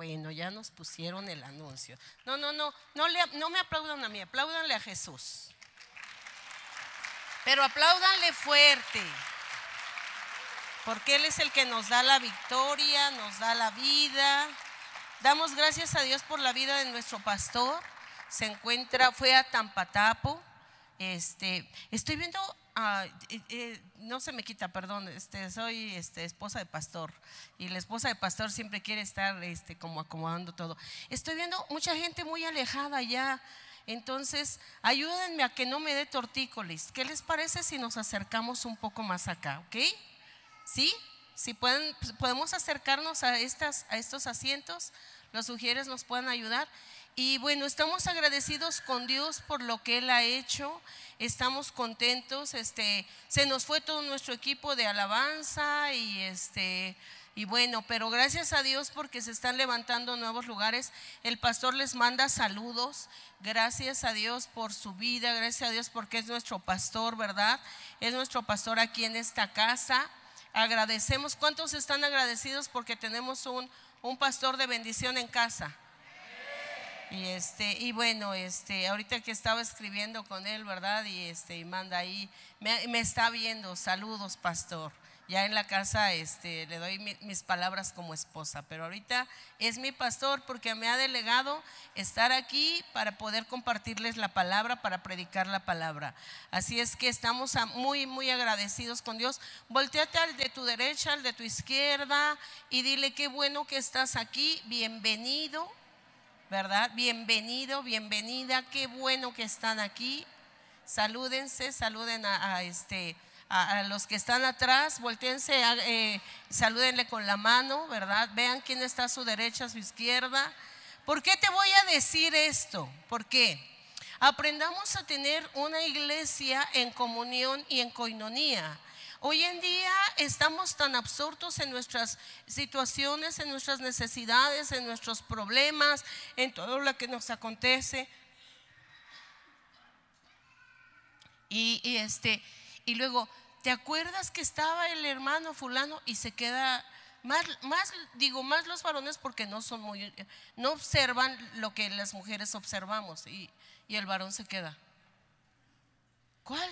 Bueno, ya nos pusieron el anuncio. No me aplaudan a mí, apláudanle a Jesús. Pero apláudanle fuerte, porque Él es el que nos da la victoria, nos da la vida. Damos gracias a Dios por la vida de nuestro pastor. Fue a Tampatapo. Estoy viendo, no se me quita, perdón, soy esposa de pastor, y la esposa de pastor siempre quiere estar como acomodando todo. Estoy viendo mucha gente muy alejada ya. Entonces, ayúdenme a que no me dé tortícolis. ¿Qué les parece si nos acercamos un poco más acá? ¿Ok? ¿Sí? Si podemos acercarnos a estos asientos, los sugieres nos pueden ayudar. Y bueno, estamos agradecidos con Dios por lo que Él ha hecho. Estamos contentos. Se nos fue todo nuestro equipo de alabanza y bueno, pero gracias a Dios porque se están levantando nuevos lugares. El pastor les manda saludos. Gracias a Dios por su vida, gracias a Dios porque es nuestro pastor, ¿verdad? Es nuestro pastor aquí en esta casa. Agradecemos. ¿Cuántos están agradecidos porque tenemos un pastor de bendición en casa? Y bueno, ahorita que estaba escribiendo con él, ¿verdad? Y manda ahí, me está viendo. Saludos, pastor. Ya en la casa le doy mis palabras como esposa, pero ahorita es mi pastor porque me ha delegado estar aquí para poder compartirles la palabra, para predicar la palabra. Así es que estamos muy, muy agradecidos con Dios. Voltéate al de tu derecha, al de tu izquierda y dile: qué bueno que estás aquí, bienvenido, ¿verdad? Bienvenido, bienvenida, qué bueno que están aquí. Salúdense, saluden a los que están atrás, voltéense, salúdenle con la mano, ¿verdad? Vean quién está a su derecha, a su izquierda. ¿Por qué te voy a decir esto? ¿Por qué? Aprendamos a tener una iglesia en comunión y en coinonía. Hoy en día estamos tan absortos en nuestras situaciones, en nuestras necesidades, en nuestros problemas, en todo lo que nos acontece. Y luego, ¿te acuerdas que estaba el hermano fulano? Y se queda más los varones porque no observan lo que las mujeres observamos, y el varón se queda. ¿Cuál?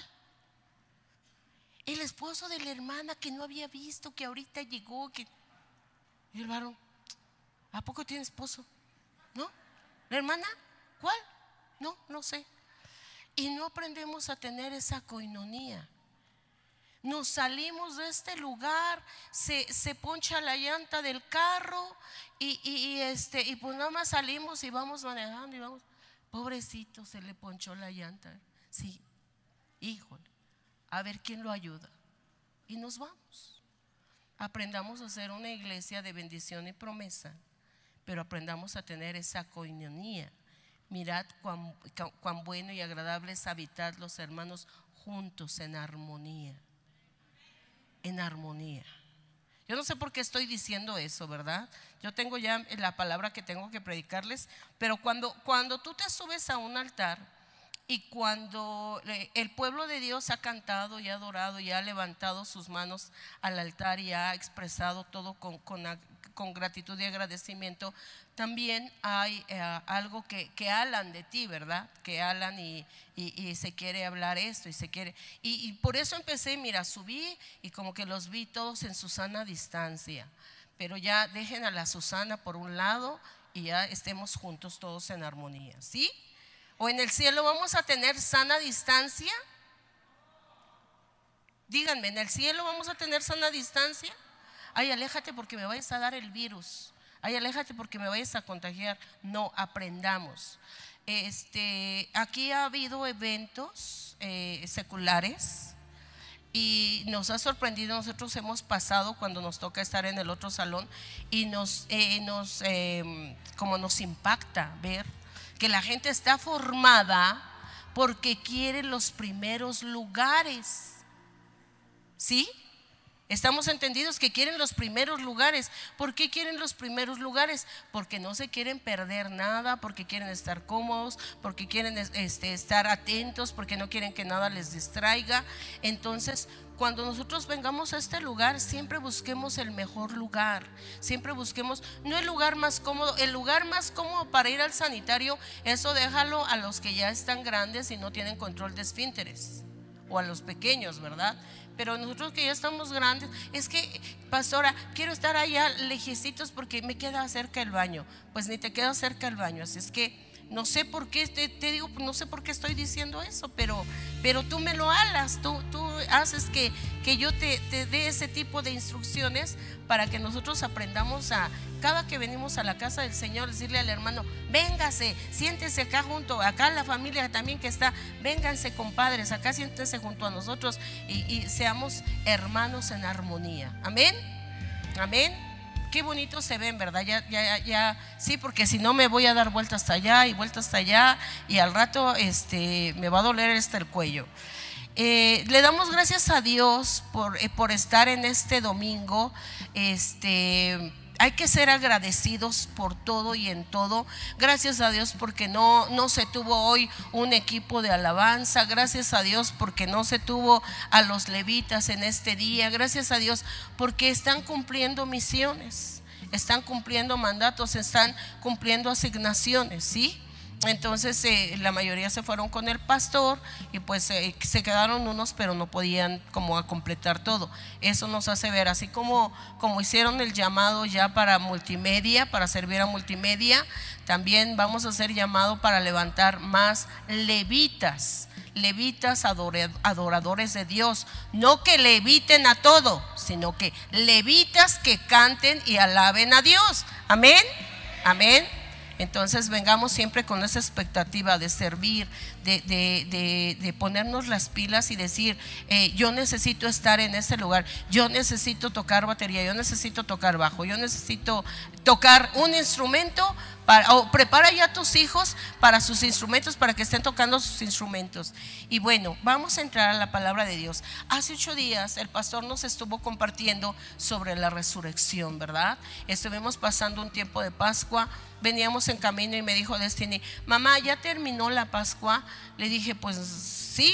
El esposo de la hermana que no había visto, que ahorita llegó, y el varón: ¿a poco tiene esposo? ¿No? ¿La hermana? ¿Cuál? No sé. Y no aprendemos a tener esa coinonía. Nos salimos de este lugar, se poncha la llanta del carro y pues nada más salimos y vamos manejando y vamos. Pobrecito, se le ponchó la llanta. Sí, híjole, a ver quién lo ayuda. Y nos vamos. Aprendamos a ser una iglesia de bendición y promesa, pero aprendamos a tener esa coinonía. Mirad cuán bueno y agradable es habitar los hermanos juntos en armonía. En armonía. Yo no sé por qué estoy diciendo eso, ¿verdad? Yo tengo ya la palabra que tengo que predicarles, pero cuando tú te subes a un altar y cuando el pueblo de Dios ha cantado y ha adorado y ha levantado sus manos al altar y ha expresado todo con gratitud y agradecimiento, también hay algo que hablan de ti, ¿verdad? Que hablan y se quiere hablar esto y por eso empecé, mira, subí y como que los vi todos en Susana distancia, pero ya dejen a la Susana por un lado y ya estemos juntos todos en armonía, ¿sí? ¿O en el cielo vamos a tener sana distancia? Díganme, ¿en el cielo vamos a tener sana distancia? Ay, aléjate porque me vayas a dar el virus. Ay, aléjate porque me vayas a contagiar. No, aprendamos. Aquí ha habido eventos seculares y nos ha sorprendido. Nosotros hemos pasado cuando nos toca estar en el otro salón y como nos impacta ver que la gente está formada porque quiere los primeros lugares. ¿Sí? Estamos entendidos que quieren los primeros lugares. ¿Por qué quieren los primeros lugares? Porque no se quieren perder nada, porque quieren estar cómodos, porque quieren estar atentos, porque no quieren que nada les distraiga. Entonces, cuando nosotros vengamos a este lugar, siempre busquemos el mejor lugar. Siempre busquemos, no el lugar más cómodo. El lugar más cómodo para ir al sanitario, eso déjalo a los que ya están grandes y no tienen control de esfínteres, o a los pequeños, ¿verdad? Pero nosotros que ya estamos grandes, es que, pastora, quiero estar allá lejecitos porque me queda cerca el baño. Pues ni te queda cerca el baño. Así es que no sé por qué te digo, no sé por qué estoy diciendo eso, pero tú me lo halas, tú haces que yo te dé ese tipo de instrucciones para que nosotros aprendamos a, cada que venimos a la casa del Señor, decirle al hermano: véngase, siéntese acá junto, acá la familia también que está, vénganse compadres, acá siéntese junto a nosotros y seamos hermanos en armonía. Amén, amén. Qué bonito se ven, ¿verdad? Ya, sí, porque si no me voy a dar vuelta hasta allá y vuelta hasta allá y al rato me va a doler el cuello. Le damos gracias a Dios por estar en este domingo. Hay que ser agradecidos por todo y en todo. Gracias a Dios porque no se tuvo hoy un equipo de alabanza. Gracias a Dios porque no se tuvo a los levitas en este día. Gracias a Dios porque están cumpliendo misiones, están cumpliendo mandatos, están cumpliendo asignaciones, ¿sí? Entonces la mayoría se fueron con el pastor y pues se quedaron unos, pero no podían como a completar todo. Eso nos hace ver, así como hicieron el llamado ya para multimedia, para servir a multimedia, también vamos a hacer llamado para levantar más levitas adoradores de Dios. No que leviten a todo, sino que levitas que canten y alaben a Dios. Amén, amén. Entonces vengamos siempre con esa expectativa de servir, de ponernos las pilas y decir: yo necesito estar en ese lugar, yo necesito tocar batería, yo necesito tocar bajo, yo necesito tocar un instrumento. Prepara ya a tus hijos para sus instrumentos, para que estén tocando sus instrumentos. Y bueno, vamos a entrar a la palabra de Dios. Hace 8 días el pastor nos estuvo compartiendo sobre la resurrección, ¿verdad? Estuvimos pasando un tiempo de Pascua, veníamos en camino y me dijo Destiny: mamá, ¿ya terminó la Pascua? Le dije: pues sí,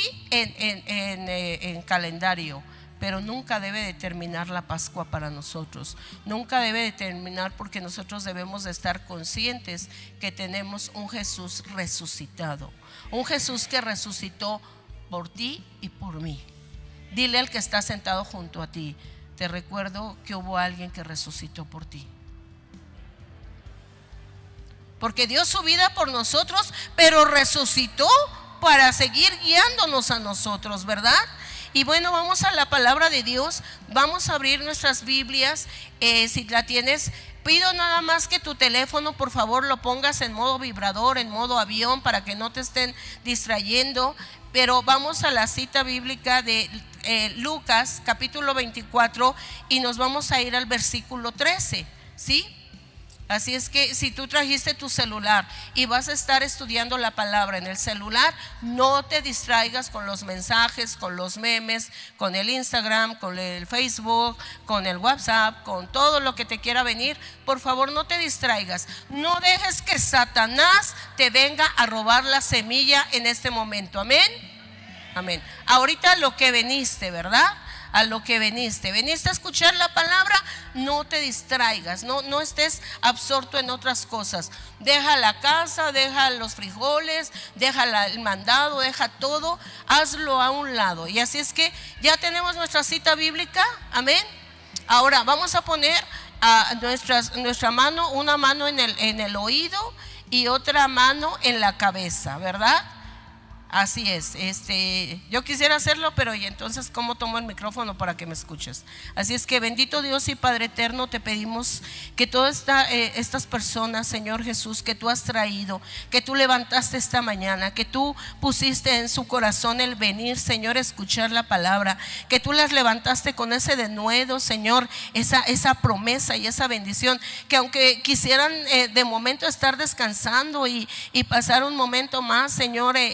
en calendario, pero nunca debe de terminar la Pascua para nosotros. Nunca debe de terminar, porque nosotros debemos de estar conscientes que tenemos un Jesús resucitado, un Jesús que resucitó por ti y por mí. Dile al que está sentado junto a ti: te recuerdo que hubo alguien que resucitó por ti. Porque dio su vida por nosotros, pero resucitó para seguir guiándonos a nosotros, ¿verdad? Y bueno, vamos a la palabra de Dios. Vamos a abrir nuestras Biblias. Si la tienes, pido nada más que tu teléfono, por favor, lo pongas en modo vibrador, en modo avión, para que no te estén distrayendo. Pero vamos a la cita bíblica de Lucas capítulo 24 y nos vamos a ir al versículo 13, ¿sí? Así es que si tú trajiste tu celular y vas a estar estudiando la palabra en el celular, no te distraigas con los mensajes, con los memes, con el Instagram, con el Facebook, con el WhatsApp, con todo lo que te quiera venir. Por favor, no te distraigas. No dejes que Satanás te venga a robar la semilla en este momento. Amén, amén. Ahorita lo que veniste, ¿verdad? A lo que veniste a escuchar la palabra, no te distraigas, no estés absorto en otras cosas. Deja la casa, deja los frijoles, deja el mandado, deja todo, hazlo a un lado. Y así es que ya tenemos nuestra cita bíblica, amén. Ahora vamos a poner a nuestra mano, una mano en el oído y otra mano en la cabeza, ¿verdad? Así es, yo quisiera hacerlo, pero y entonces ¿cómo tomo el micrófono para que me escuches? Así es que bendito Dios y Padre eterno, te pedimos que todas estas personas, Señor Jesús, que tú has traído, que tú levantaste esta mañana, que tú pusiste en su corazón el venir, Señor, escuchar la palabra, que tú las levantaste con ese denuedo, Señor, esa promesa y esa bendición, que aunque quisieran de momento estar descansando y pasar un momento más, Señor,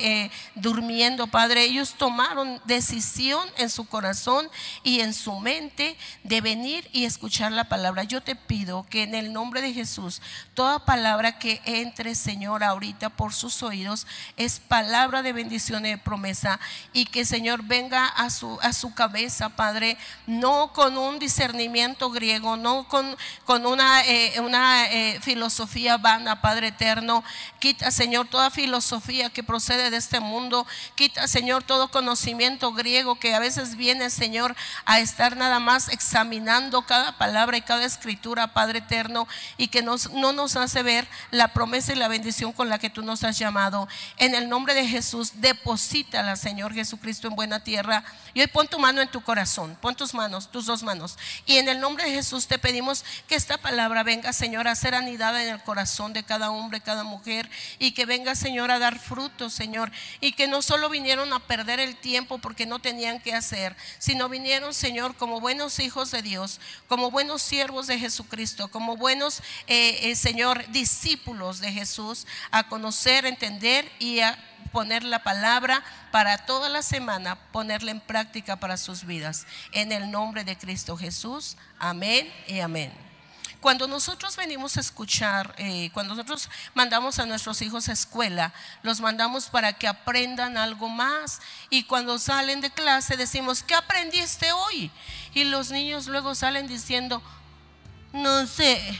durmiendo, Padre, ellos tomaron decisión en su corazón y en su mente de venir y escuchar la palabra. Yo te pido que en el nombre de Jesús, toda palabra que entre, Señor, ahorita por sus oídos, es palabra de bendición y de promesa, y que, Señor, venga a su cabeza, Padre, no con un discernimiento griego, no con una filosofía vana, Padre eterno. Quita, Señor, toda filosofía que procede de este mundo. Quita, Señor, todo conocimiento griego que a veces viene, Señor, a estar nada más examinando cada palabra y cada escritura, Padre eterno, y que no nos hace ver la promesa y la bendición con la que tú nos has llamado. En el nombre de Jesús, deposítala, Señor Jesucristo, en buena tierra. Y hoy pon tu mano en tu corazón, pon tus manos, tus dos manos, y en el nombre de Jesús te pedimos que esta palabra venga, Señor, a ser anidada en el corazón de cada hombre, cada mujer, y que venga, Señor, a dar frutos, Señor, y que no solo vinieron a perder el tiempo porque no tenían que hacer, sino vinieron, Señor, como buenos hijos de Dios, como buenos siervos de Jesucristo, como buenos, Señor, discípulos de Jesús, a conocer, entender y a poner la palabra para toda la semana, ponerla en práctica para sus vidas. En el nombre de Cristo Jesús, amén y amén. Cuando nosotros venimos a escuchar, cuando nosotros mandamos a nuestros hijos a escuela, los mandamos para que aprendan algo más, y cuando salen de clase decimos: ¿qué aprendiste hoy? Y los niños luego salen diciendo: no sé.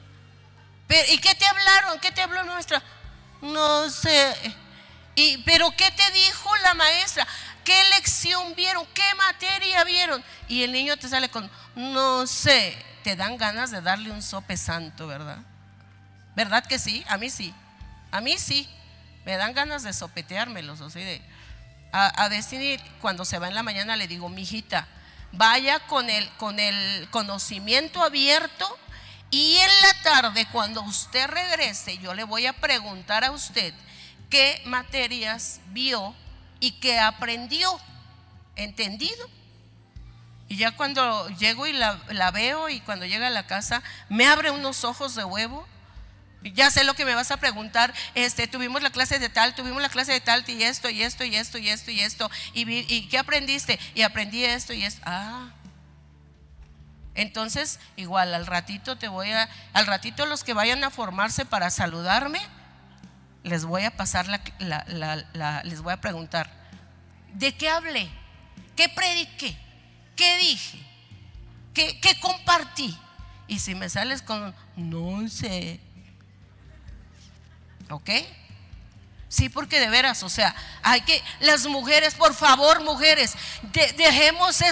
¿Y qué te hablaron? ¿Qué te habló nuestra? No sé. ¿Pero qué te dijo la maestra? ¿Qué lección vieron? ¿Qué materia vieron? Y el niño te sale con: no sé. Te dan ganas de darle un sope santo, ¿verdad? ¿Verdad que sí? A mí sí. A mí sí. Me dan ganas de sopeteármelos, o sea, a decir, cuando se va en la mañana le digo: mijita, vaya con el conocimiento abierto, y en la tarde, cuando usted regrese, yo le voy a preguntar a usted qué materias vio y qué aprendió. ¿Entendido? Y ya cuando llego y la veo, y cuando llega a la casa me abre unos ojos de huevo. Ya sé lo que me vas a preguntar: tuvimos la clase de tal, y esto, y esto, y esto, y esto, y esto, y ¿qué aprendiste? Y aprendí esto y esto. Entonces igual al ratito los que vayan a formarse para saludarme, les voy a pasar les voy a preguntar: ¿de qué hablé? ¿Qué prediqué? ¿Qué dije? ¿Qué compartí? Y si me sales con no sé, ¿ok? Sí, porque de veras, o sea, hay que, las mujeres, por favor, mujeres, dejemos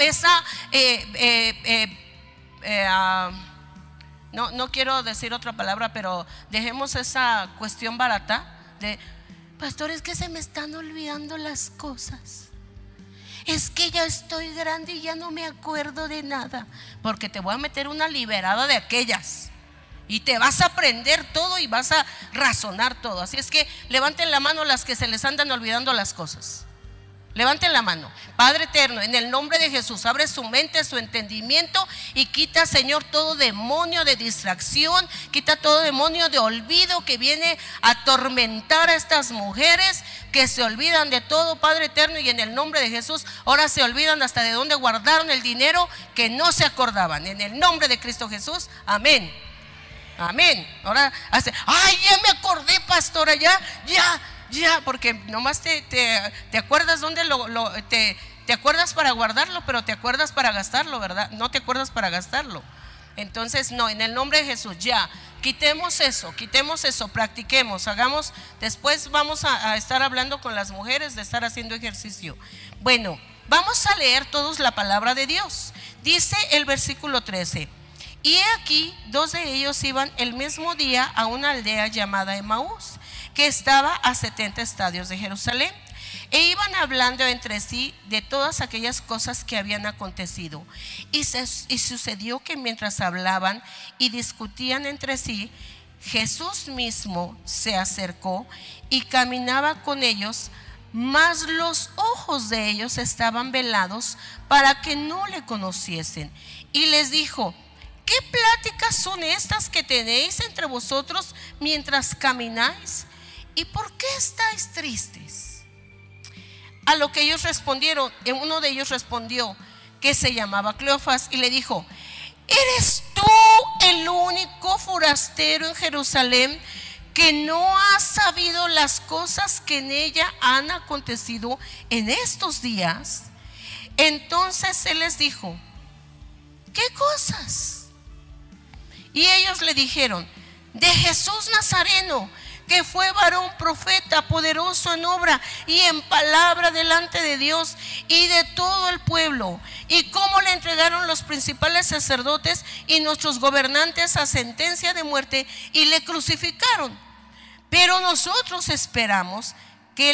no quiero decir otra palabra, pero dejemos esa cuestión barata de: pastor, es que se me están olvidando las cosas. Es que ya estoy grande y ya no me acuerdo de nada. Porque te voy a meter una liberada de aquellas, y te vas a aprender todo y vas a razonar todo. Así es que levanten la mano las que se les andan olvidando las cosas. Levanten la mano. Padre eterno, en el nombre de Jesús, abre su mente, su entendimiento, y quita, Señor, todo demonio de distracción, quita todo demonio de olvido que viene a atormentar a estas mujeres que se olvidan de todo, Padre eterno. Y en el nombre de Jesús, ahora se olvidan hasta de dónde guardaron el dinero que no se acordaban. En el nombre de Cristo Jesús, amén. Amén. Ahora hace: ay, ya me acordé, pastora, ya, porque nomás te acuerdas dónde te acuerdas para guardarlo, pero te acuerdas para gastarlo, ¿verdad? No te acuerdas para gastarlo. Entonces, no, en el nombre de Jesús, ya, quitemos eso, practiquemos, hagamos. Después vamos a estar hablando con las mujeres de estar haciendo ejercicio. Bueno, vamos a leer todos la palabra de Dios. Dice el versículo 13: y he aquí, 2 de ellos iban el mismo día a una aldea llamada Emaús, que estaba a 70 estadios de Jerusalén, e iban hablando entre sí de todas aquellas cosas que habían acontecido. Y sucedió que mientras hablaban y discutían entre sí, Jesús mismo se acercó y caminaba con ellos, mas los ojos de ellos estaban velados para que no le conociesen. Y les dijo: ¿qué pláticas son estas que tenéis entre vosotros mientras camináis? ¿Y por qué estáis tristes? A lo que ellos respondieron, uno de ellos respondió, que se llamaba Cleofas, y le dijo: ¿eres tú el único forastero en Jerusalén que no has sabido las cosas que en ella han acontecido en estos días? Entonces él les dijo: ¿qué cosas? Y ellos le dijeron: de Jesús Nazareno, que fue varón profeta, poderoso en obra y en palabra delante de Dios y de todo el pueblo, y cómo le entregaron los principales sacerdotes y nuestros gobernantes a sentencia de muerte y le crucificaron. Pero nosotros esperábamos que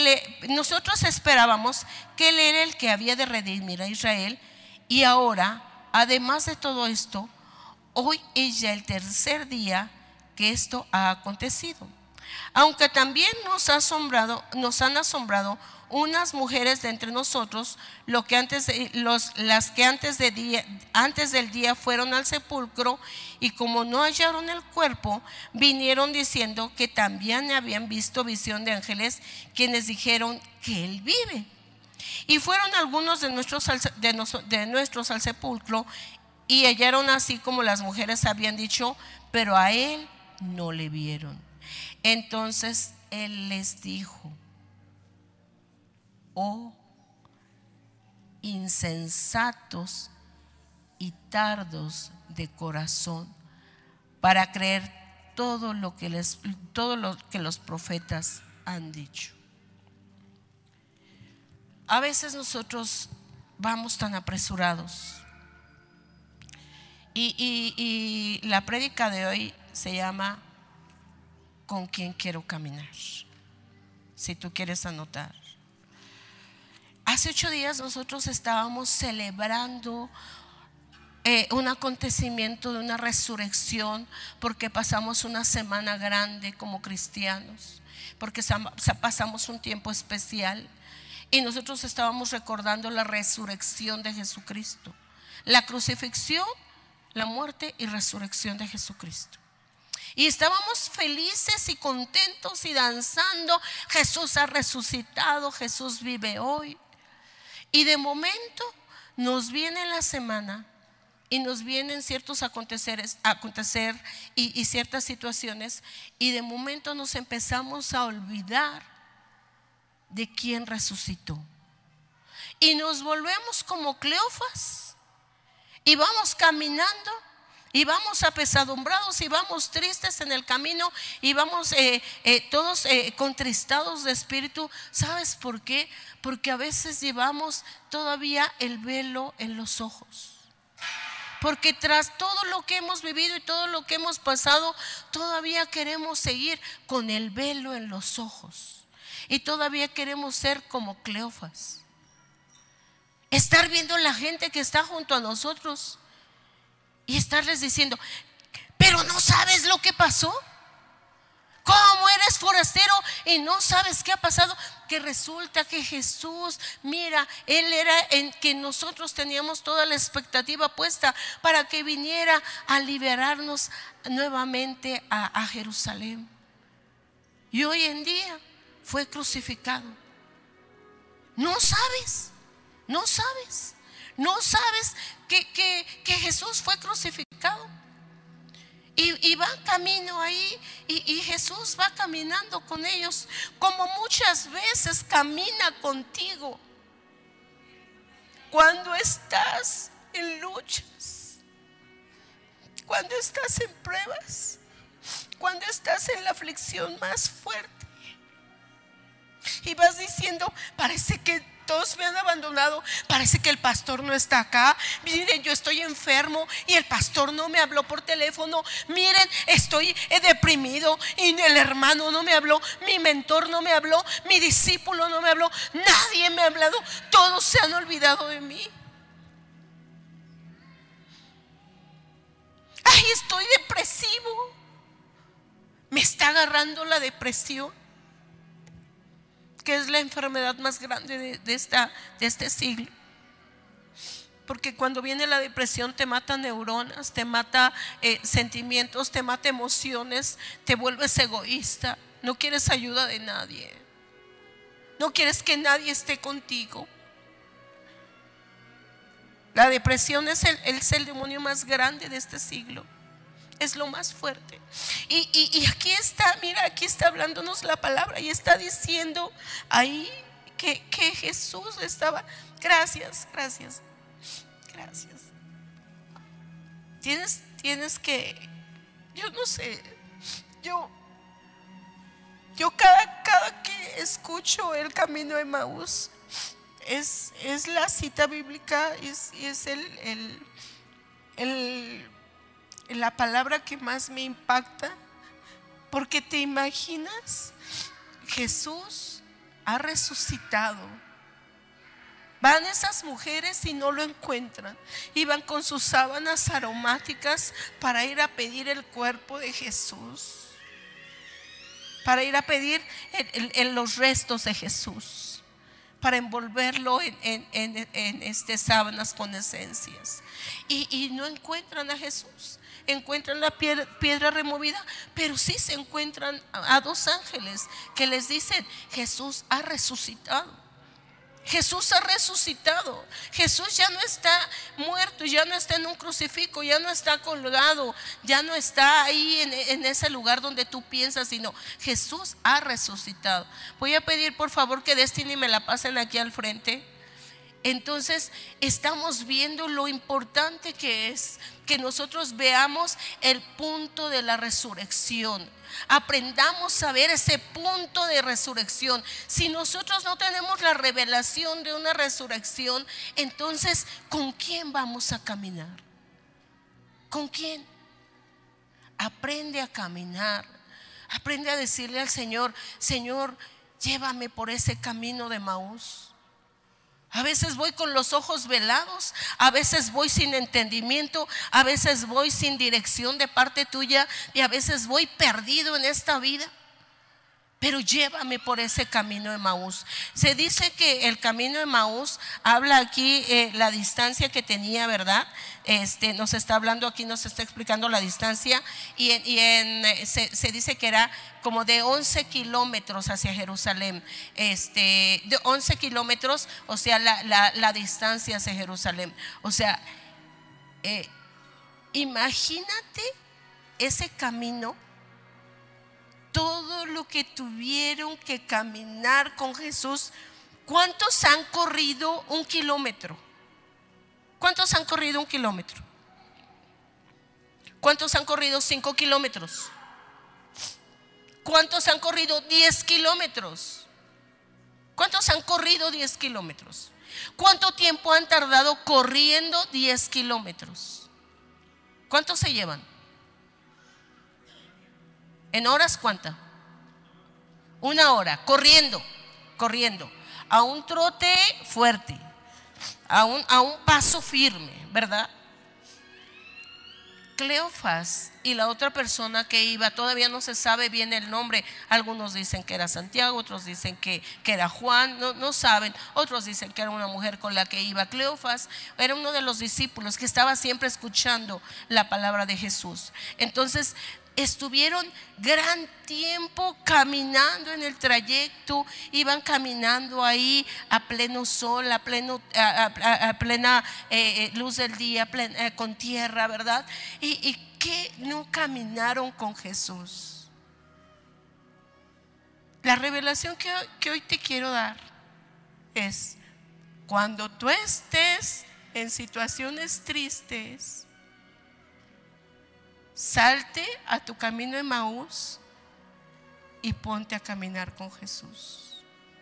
él era el que había de redimir a Israel. Y ahora, además de todo esto, hoy es ya el tercer día que esto ha acontecido. Aunque también nos han asombrado unas mujeres de entre nosotros, las que antes del día fueron al sepulcro, y como no hallaron el cuerpo, vinieron diciendo que también habían visto visión de ángeles, quienes dijeron que él vive. Y fueron algunos de nuestros al sepulcro, y hallaron así como las mujeres habían dicho, pero a él no le vieron. Entonces él les dijo: oh insensatos y tardos de corazón, para creer todo lo que los profetas han dicho. A veces nosotros vamos tan apresurados, y la prédica de hoy se llama ¿con quién quiero caminar? Si tú quieres anotar. Hace 8 días nosotros estábamos celebrando un acontecimiento de una resurrección, porque pasamos una semana grande como cristianos, porque pasamos un tiempo especial, y nosotros estábamos recordando la resurrección de Jesucristo, la crucifixión, la muerte y resurrección de Jesucristo. Y estábamos felices y contentos y danzando. Jesús ha resucitado, Jesús vive hoy. Y de momento nos viene la semana y nos vienen ciertos acontecer y ciertas situaciones, y de momento nos empezamos a olvidar de quién resucitó. Y nos volvemos como Cleofas, y vamos caminando, y vamos apesadumbrados, y vamos tristes en el camino, y vamos todos contristados de espíritu. ¿Sabes por qué? Porque a veces llevamos todavía el velo en los ojos. Porque tras todo lo que hemos vivido y todo lo que hemos pasado, todavía queremos seguir con el velo en los ojos. Y todavía queremos ser como Cleofas. Estar viendo la gente que está junto a nosotros y estarles diciendo: pero no sabes lo que pasó. ¿Cómo eres forastero y no sabes qué ha pasado? Que resulta que Jesús, mira, Él era en que nosotros teníamos toda la expectativa puesta para que viniera a liberarnos nuevamente a Jerusalén. Y hoy en día fue crucificado. No sabes que Jesús fue crucificado. Y van camino ahí, y Jesús va caminando con ellos, como muchas veces camina contigo cuando estás en luchas, cuando estás en pruebas, cuando estás en la aflicción más fuerte, y vas diciendo: parece que todos me han abandonado, parece que el pastor no está acá, miren, yo estoy enfermo y el pastor no me habló por teléfono, miren, estoy deprimido y el hermano no me habló, mi mentor no me habló, mi discípulo no me habló, nadie me ha hablado, todos se han olvidado de mí. Ay, estoy depresivo, me está agarrando la depresión, que es la enfermedad más grande de este siglo. Porque cuando viene la depresión te mata neuronas, te mata sentimientos, te mata emociones, te vuelves egoísta, no quieres ayuda de nadie. No quieres que nadie esté contigo. La depresión es el demonio más grande de este siglo. Es lo más fuerte. Y aquí está, mira, aquí está hablándonos la palabra y está diciendo ahí que Jesús estaba. Gracias. Tienes que, yo no sé, yo cada que escucho el camino de Emaús, es la cita bíblica, es la palabra que más me impacta, porque te imaginas, Jesús ha resucitado. Van esas mujeres y no lo encuentran, iban con sus sábanas aromáticas para ir a pedir el cuerpo de Jesús, para ir a pedir en los restos de Jesús, para envolverlo en sábanas con esencias, y no encuentran a Jesús. Encuentran la piedra removida, pero sí se encuentran a dos ángeles que les dicen: Jesús ha resucitado. Jesús ha resucitado. Jesús ya no está muerto, ya no está en un crucifijo, ya no está colgado, ya no está ahí en ese lugar donde tú piensas, sino Jesús ha resucitado. Voy a pedir por favor que Destiny me la pasen aquí al frente. Entonces estamos viendo lo importante que es que nosotros veamos el punto de la resurrección. Aprendamos a ver ese punto de resurrección. Si nosotros no tenemos la revelación de una resurrección, entonces ¿con quién vamos a caminar? ¿Con quién? Aprende a caminar. Aprende a decirle al Señor: Señor, llévame por ese camino de Emaús. A veces voy con los ojos velados, a veces voy sin entendimiento, a veces voy sin dirección de parte tuya, y a veces voy perdido en esta vida. Pero llévame por ese camino de Emaús. Se dice que el camino de Emaús, habla aquí la distancia que tenía, ¿verdad? Nos está hablando aquí, nos está explicando la distancia, se dice que era como de 11 kilómetros hacia Jerusalén, de 11 kilómetros, o sea, la distancia hacia Jerusalén. O sea, imagínate ese camino, todo lo que tuvieron que caminar con Jesús. ¿Cuántos han corrido un kilómetro? ¿Cuántos han corrido un kilómetro? ¿Cuántos han corrido 5 kilómetros? ¿Cuántos han corrido 10 kilómetros? ¿Cuántos han corrido 10 kilómetros? ¿Cuánto tiempo han tardado corriendo 10 kilómetros? ¿Cuántos se llevan? ¿En horas cuánta? 1 hora, corriendo, a un trote fuerte, a un paso firme, ¿verdad? Cleofas y la otra persona que iba, todavía no se sabe bien el nombre. Algunos dicen que era Santiago, otros dicen que era Juan, no saben. Otros dicen que era una mujer con la que iba. Cleofas era uno de los discípulos que estaba siempre escuchando la palabra de Jesús. Entonces estuvieron gran tiempo caminando en el trayecto, iban caminando ahí a pleno sol, a plena luz del día, con tierra, ¿verdad? Y que no caminaron con Jesús. La revelación que hoy te quiero dar es: cuando tú estés en situaciones tristes, salte a tu camino de Emaús y ponte a caminar con Jesús.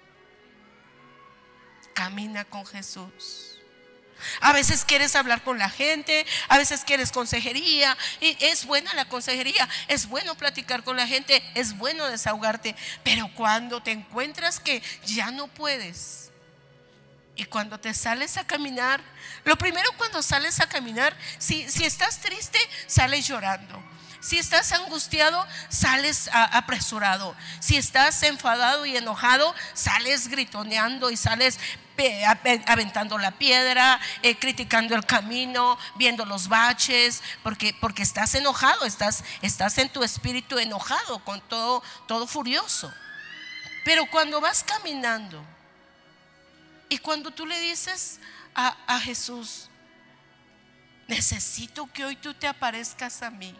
Camina con Jesús. A veces quieres hablar con la gente, a veces quieres consejería, y es buena la consejería, es bueno platicar con la gente, es bueno desahogarte, pero cuando te encuentras que ya no puedes, y cuando te sales a caminar, lo primero, cuando sales a caminar, si estás triste, sales llorando. Si estás angustiado, sales apresurado. Si estás enfadado y enojado, sales gritoneando y sales aventando la piedra, criticando el camino, viendo los baches, porque estás enojado, estás en tu espíritu enojado, con todo furioso. Pero cuando vas caminando y cuando tú le dices a Jesús: necesito que hoy tú te aparezcas a mí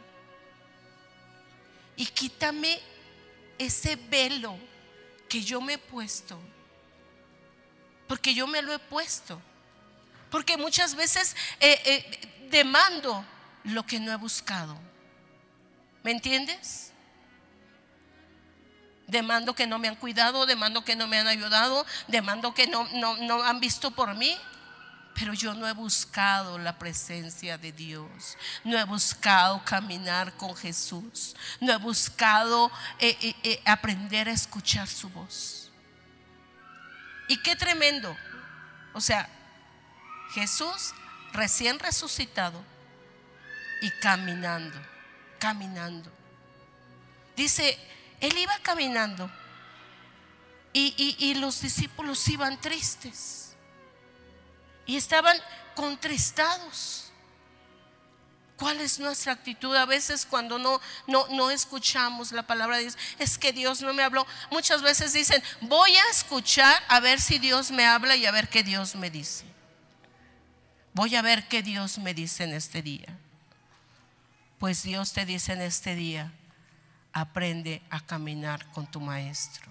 y quítame ese velo que yo me he puesto, porque yo me lo he puesto, porque muchas veces demando lo que no he buscado. ¿Me entiendes? Demando que no me han cuidado, demando que no me han ayudado, demando que no han visto por mí. Pero yo no he buscado la presencia de Dios, no he buscado caminar con Jesús, no he buscado aprender a escuchar su voz. Y qué tremendo. O sea, Jesús recién resucitado y caminando. Dice, él iba caminando y los discípulos iban tristes. Y estaban contristados. ¿Cuál es nuestra actitud a veces cuando no escuchamos la palabra de Dios? Es que Dios no me habló. Muchas veces dicen: voy a escuchar a ver si Dios me habla y a ver qué Dios me dice. Voy a ver qué Dios me dice en este día. Pues Dios te dice en este día: aprende a caminar con tu maestro.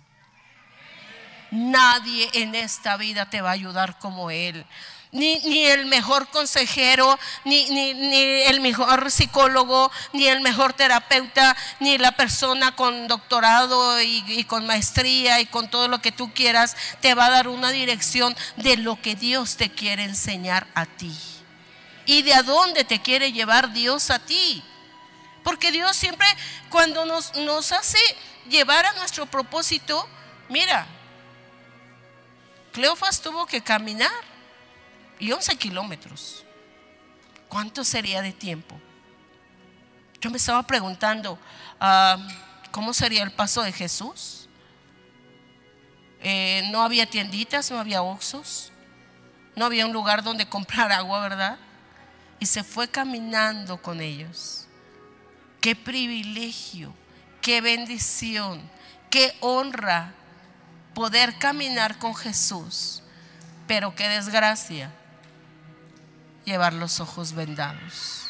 Nadie en esta vida te va a ayudar como Él. Ni el mejor consejero, ni el mejor psicólogo, ni el mejor terapeuta, ni la persona con doctorado y con maestría y con todo lo que tú quieras te va a dar una dirección de lo que Dios te quiere enseñar a ti y de a dónde te quiere llevar Dios a ti. Porque Dios siempre, cuando nos hace llevar a nuestro propósito, mira, Cleofas tuvo que caminar y 11 kilómetros. ¿Cuánto sería de tiempo? Yo me estaba preguntando, ¿cómo sería el paso de Jesús? No había tienditas, no había oxxos, no había un lugar donde comprar agua, ¿verdad? Y se fue caminando con ellos. Qué privilegio, qué bendición, qué honra poder caminar con Jesús. Pero qué desgracia llevar los ojos vendados,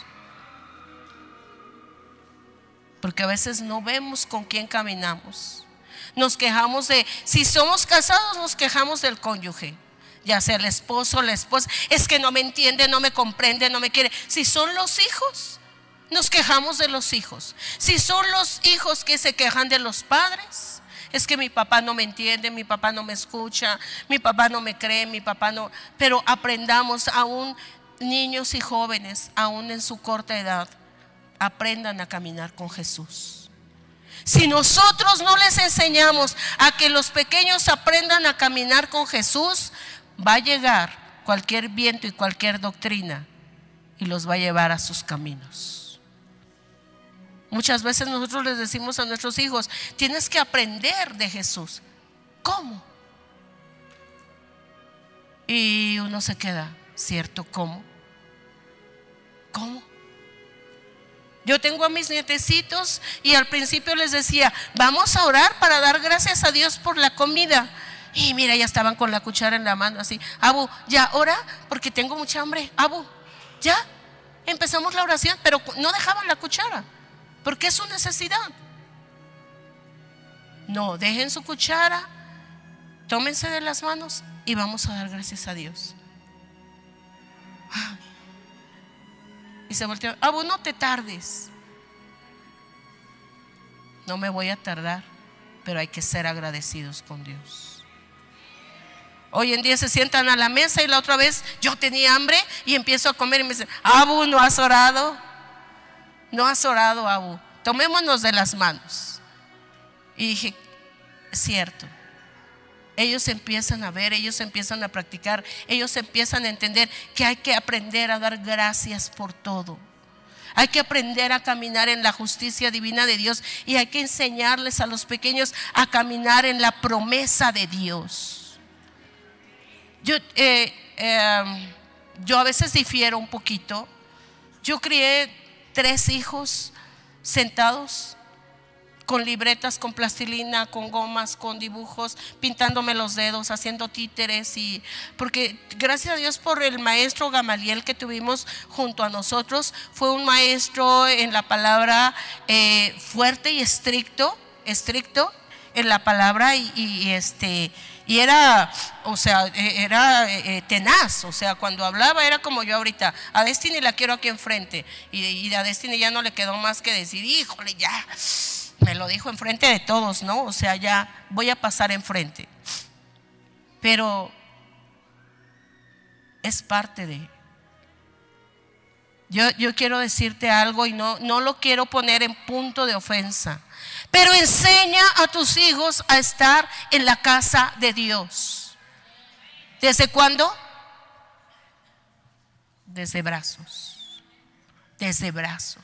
porque a veces no vemos con quién caminamos. Nos quejamos de, si somos casados, nos quejamos del cónyuge, ya sea el esposo, la esposa. Es que no me entiende, no me comprende, no me quiere. Si son los hijos, nos quejamos de los hijos. Si son los hijos que se quejan de los padres, es que mi papá no me entiende, mi papá no me escucha, mi papá no me cree, mi papá no. Pero aprendamos, aún niños y jóvenes, aún en su corta edad, aprendan a caminar con Jesús. Si nosotros no les enseñamos a que los pequeños aprendan a caminar con Jesús, va a llegar cualquier viento y cualquier doctrina y los va a llevar a sus caminos. Muchas veces nosotros les decimos a nuestros hijos: tienes que aprender de Jesús. ¿Cómo? Y uno se queda, ¿cierto? ¿Cómo? Yo tengo a mis nietecitos y al principio les decía: vamos a orar para dar gracias a Dios por la comida. Y mira, ya estaban con la cuchara en la mano así. Abu, ya ora porque tengo mucha hambre. Abu, ya empezamos la oración, pero no dejaban la cuchara porque es su necesidad. No, dejen su cuchara, tómense de las manos y vamos a dar gracias a Dios. Y se volteó: Abu, no te tardes. No me voy a tardar, pero hay que ser agradecidos con Dios. Hoy en día se sientan a la mesa y la otra vez yo tenía hambre y empiezo a comer y me dicen: Abu, ¿no has orado? No has orado, Abu. Tomémonos de las manos. Y dije: cierto. Ellos empiezan a ver, ellos empiezan a practicar, ellos empiezan a entender que hay que aprender a dar gracias por todo. Hay que aprender a caminar en la justicia divina de Dios y hay que enseñarles a los pequeños a caminar en la promesa de Dios. Yo a veces difiero un poquito. Yo crié 3 hijos sentados con libretas, con plastilina, con gomas, con dibujos, pintándome los dedos, haciendo títeres. Y porque gracias a Dios por el maestro Gamaliel que tuvimos junto a nosotros, fue un maestro en la palabra, fuerte y estricto en la palabra, y era, o sea, era tenaz. O sea, cuando hablaba era como yo ahorita: a Destiny la quiero aquí enfrente, y a Destiny ya no le quedó más que decir: híjole, ya me lo dijo enfrente de todos, ¿no? O sea, ya voy a pasar enfrente. Pero es parte de... Yo quiero decirte algo, y no lo quiero poner en punto de ofensa, pero enseña a tus hijos a estar en la casa de Dios. ¿Desde cuándo? Desde brazos. Desde brazos.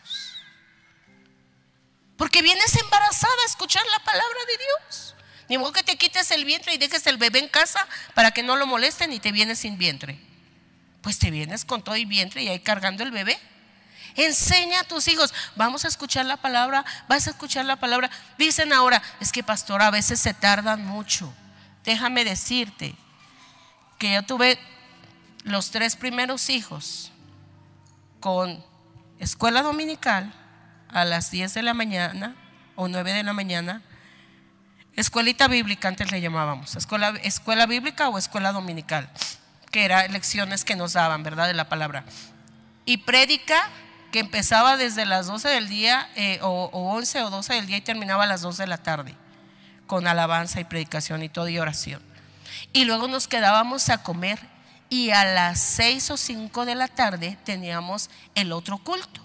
Porque vienes embarazada a escuchar la palabra de Dios. Ni modo que te quites el vientre y dejes el bebé en casa para que no lo molesten, y te vienes sin vientre. Pues te vienes con todo y vientre y ahí cargando el bebé. Enseña a tus hijos: vamos a escuchar la palabra, vas a escuchar la palabra. Dicen ahora: es que pastor, a veces se tardan mucho. Déjame decirte que yo tuve los 3 primeros hijos con escuela dominical a las 10 de la mañana o 9 de la mañana. Escuelita bíblica antes le llamábamos, escuela bíblica o escuela dominical, que eran lecciones que nos daban, ¿verdad?, de la palabra. Y prédica, que empezaba desde las 12 del día, o 11 o 12 del día, y terminaba a las 2 de la tarde, con alabanza y predicación y todo, y oración. Y luego nos quedábamos a comer, y a las 6 o 5 de la tarde teníamos el otro culto,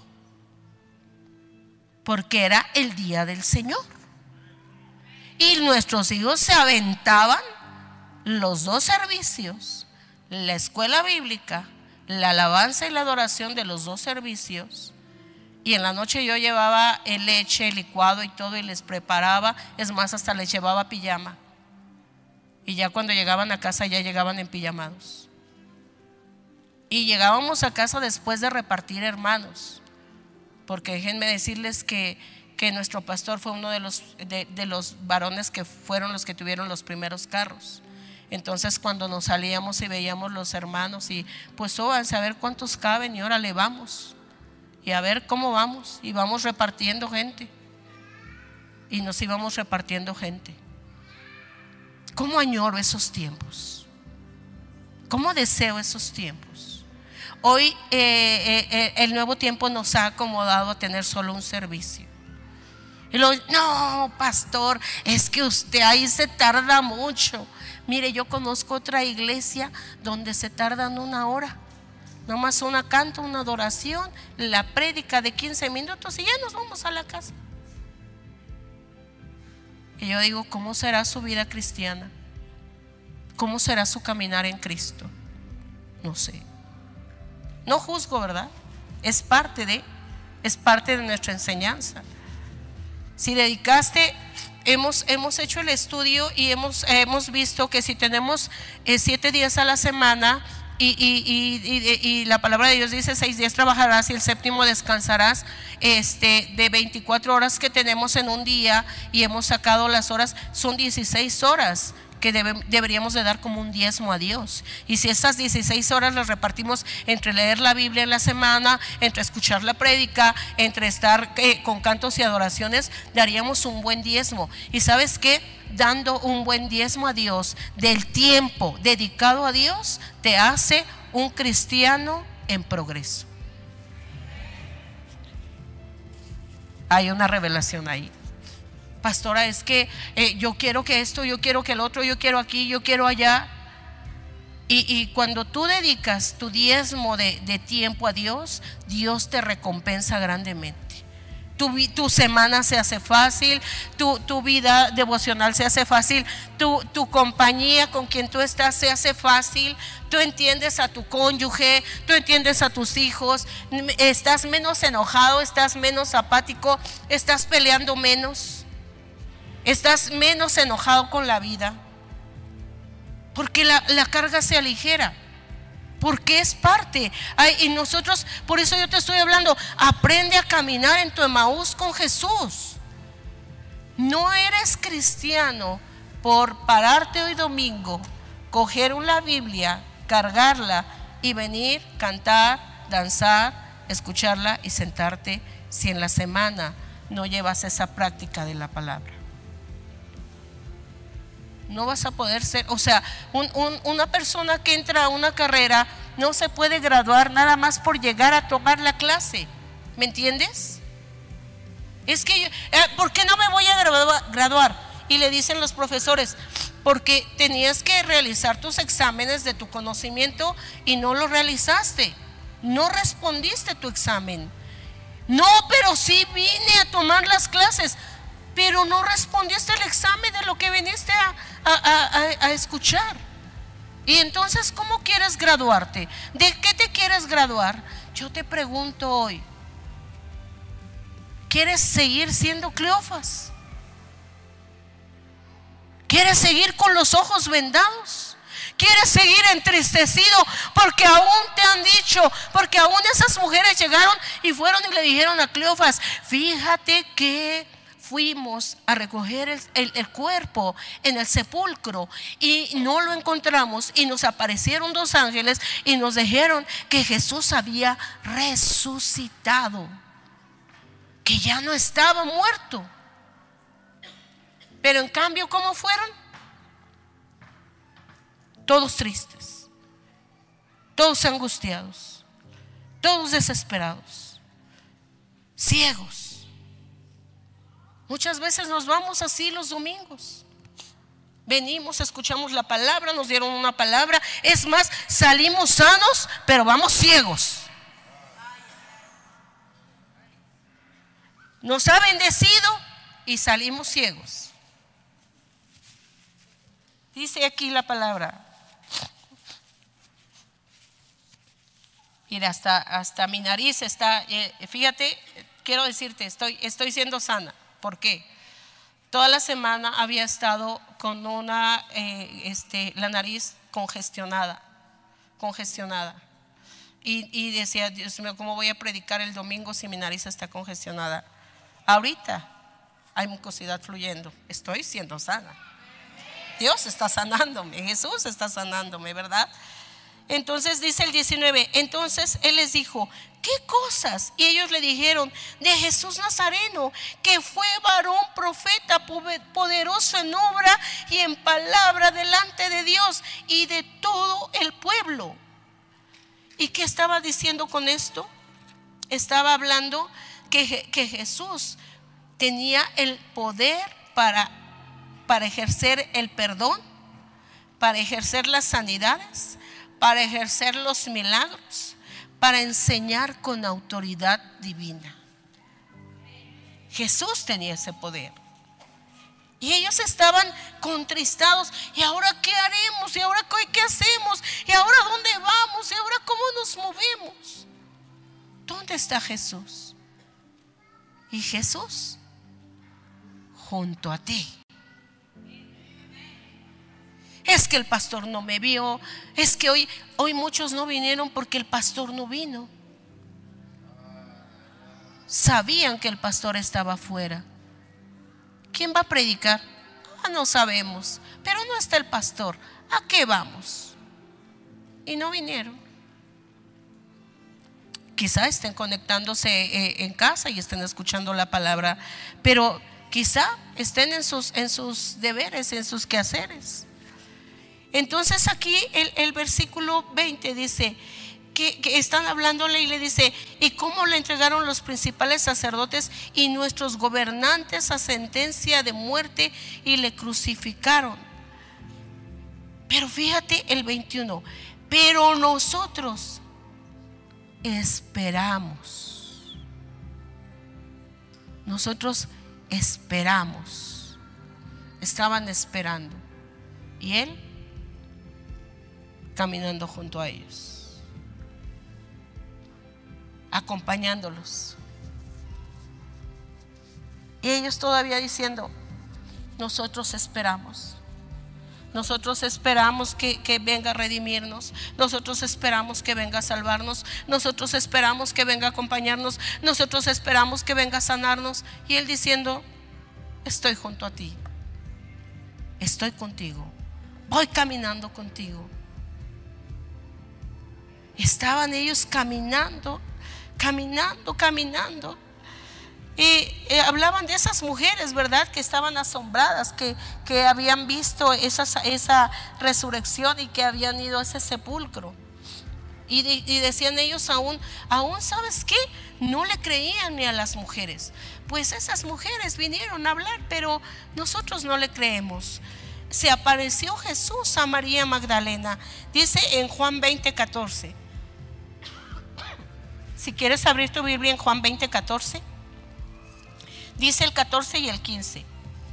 porque era el día del Señor. Y nuestros hijos se aventaban los 2 servicios, la escuela bíblica, la alabanza y la adoración de los 2 servicios. Y en la noche yo llevaba leche, licuado y todo, y les preparaba. Es más, hasta les llevaba pijama. Y ya cuando llegaban a casa, ya llegaban en pijamados. Y llegábamos a casa después de repartir hermanos, porque déjenme decirles que nuestro pastor fue uno de los varones que fueron los que tuvieron los primeros carros. Entonces, cuando nos salíamos y veíamos los hermanos, y pues súbanse a ver cuántos caben, y órale, vamos, y a ver cómo vamos, y vamos repartiendo gente, y nos íbamos repartiendo gente. ¿Cómo añoro esos tiempos? ¿Cómo deseo esos tiempos? Hoy el nuevo tiempo nos ha acomodado a tener solo un servicio. Y luego: no, pastor, es que usted ahí se tarda mucho. Mire, yo conozco otra iglesia donde se tardan 1 hora. Nomás una canto, una adoración, la prédica de 15 minutos y ya nos vamos a la casa. Y yo digo: ¿cómo será su vida cristiana? ¿Cómo será su caminar en Cristo? No sé. No juzgo, ¿verdad? Es parte de nuestra enseñanza. Si dedicaste, hemos hecho el estudio y hemos visto que si tenemos 7 días a la semana, y la palabra de Dios dice: 6 días trabajarás y el 7º descansarás, de 24 horas que tenemos en un día, y hemos sacado las horas, son 16 horas que deberíamos de dar como un diezmo a Dios. Y si esas 16 horas las repartimos entre leer la Biblia en la semana, entre escuchar la prédica, entre estar con cantos y adoraciones, daríamos un buen diezmo. Y ¿sabes qué? Dando un buen diezmo a Dios, del tiempo dedicado a Dios, te hace un cristiano en progreso. Hay una revelación ahí. Pastora, es que yo quiero que esto, yo quiero que el otro, yo quiero aquí, yo quiero allá. Y cuando tú dedicas tu diezmo de tiempo a Dios, Dios te recompensa grandemente. Tu semana se hace fácil, tu vida devocional se hace fácil, tu compañía con quien tú estás se hace fácil. Tú entiendes a tu cónyuge, tú entiendes a tus hijos, estás menos enojado, estás menos apático, estás peleando menos. Estás menos enojado con la vida, porque la carga se aligera, porque es parte. Y nosotros, por eso yo te estoy hablando: aprende a caminar en tu Emaús con Jesús. No eres cristiano por pararte hoy domingo, coger una Biblia, cargarla y venir, cantar, danzar, escucharla y sentarte, si en la semana no llevas esa práctica de la palabra. No vas a poder ser, o sea, una persona que entra a una carrera no se puede graduar nada más por llegar a tomar la clase. ¿Me entiendes? Es que, ¿por qué no me voy a graduar? Y le dicen los profesores, porque tenías que realizar tus exámenes de tu conocimiento y no lo realizaste. No respondiste tu examen. No, pero sí vine a tomar las clases, pero no respondiste el examen de lo que viniste a escuchar. Y entonces, ¿cómo quieres graduarte? ¿De qué te quieres graduar? Yo te pregunto hoy, ¿quieres seguir siendo Cleofas? ¿Quieres seguir con los ojos vendados? ¿Quieres seguir entristecido porque aún te han dicho, porque aún esas mujeres llegaron y fueron y le dijeron a Cleofas, fíjate que fuimos a recoger el cuerpo en el sepulcro y no lo encontramos, y nos aparecieron dos ángeles y nos dijeron que Jesús había resucitado, que ya no estaba muerto? Pero en cambio, ¿cómo fueron? Todos tristes, todos angustiados, todos desesperados, ciegos. Muchas veces nos vamos así los domingos. Venimos, escuchamos la palabra, nos dieron una palabra. Es más, salimos sanos, pero vamos ciegos. Nos ha bendecido y salimos ciegos. Dice aquí la palabra. Mira, hasta mi nariz está, fíjate, quiero decirte, estoy siendo sana. ¿Por qué? Toda la semana había estado con la nariz congestionada. Y decía, Dios mío, ¿cómo voy a predicar el domingo si mi nariz está congestionada? Ahorita hay mucosidad fluyendo, estoy siendo sana. Dios está sanándome, Jesús está sanándome, ¿verdad? Entonces dice el 19, entonces Él les dijo, ¿qué cosas? Y ellos le dijeron, de Jesús Nazareno, que fue varón profeta, poderoso en obra y en palabra delante de Dios y de todo el pueblo. ¿Y qué estaba diciendo con esto? Estaba hablando que Jesús tenía el poder para ejercer el perdón, para ejercer las sanidades, para ejercer los milagros, para enseñar con autoridad divina. Jesús tenía ese poder. Y ellos estaban contristados. ¿Y ahora qué haremos? ¿Y ahora qué hacemos? ¿Y ahora dónde vamos? ¿Y ahora cómo nos movemos? ¿Dónde está Jesús? Y Jesús junto a ti. Es que el pastor no me vio. Es que hoy muchos no vinieron porque el pastor no vino. Sabían que el pastor estaba afuera. ¿Quién va a predicar? No sabemos. Pero no está el pastor. ¿A qué vamos? Y no vinieron. Quizá estén conectándose en casa y estén escuchando la palabra, pero quizá estén en sus deberes, en sus quehaceres. Entonces aquí el versículo 20 dice que están hablándole y le dice, ¿y cómo le entregaron los principales sacerdotes y nuestros gobernantes a sentencia de muerte y le crucificaron? Pero fíjate el 21, pero nosotros esperamos. Nosotros esperamos. Estaban esperando. Y Él caminando junto a ellos, acompañándolos. Y ellos todavía diciendo, nosotros esperamos. Nosotros esperamos que venga a redimirnos. Nosotros esperamos que venga a salvarnos. Nosotros esperamos que venga a acompañarnos. Nosotros esperamos que venga a sanarnos. Y Él diciendo, estoy junto a ti, estoy contigo, voy caminando contigo. Estaban ellos caminando. Y hablaban de esas mujeres, ¿verdad? Que estaban asombradas, que habían visto esa resurrección y que habían ido a ese sepulcro. Y decían ellos aún, ¿sabes qué? No le creían ni a las mujeres. Pues esas mujeres vinieron a hablar, pero nosotros no le creemos. Se apareció Jesús a María Magdalena. Dice en Juan 20:14. Si quieres abrir tu Biblia en Juan 20:14. Dice el 14 y el 15.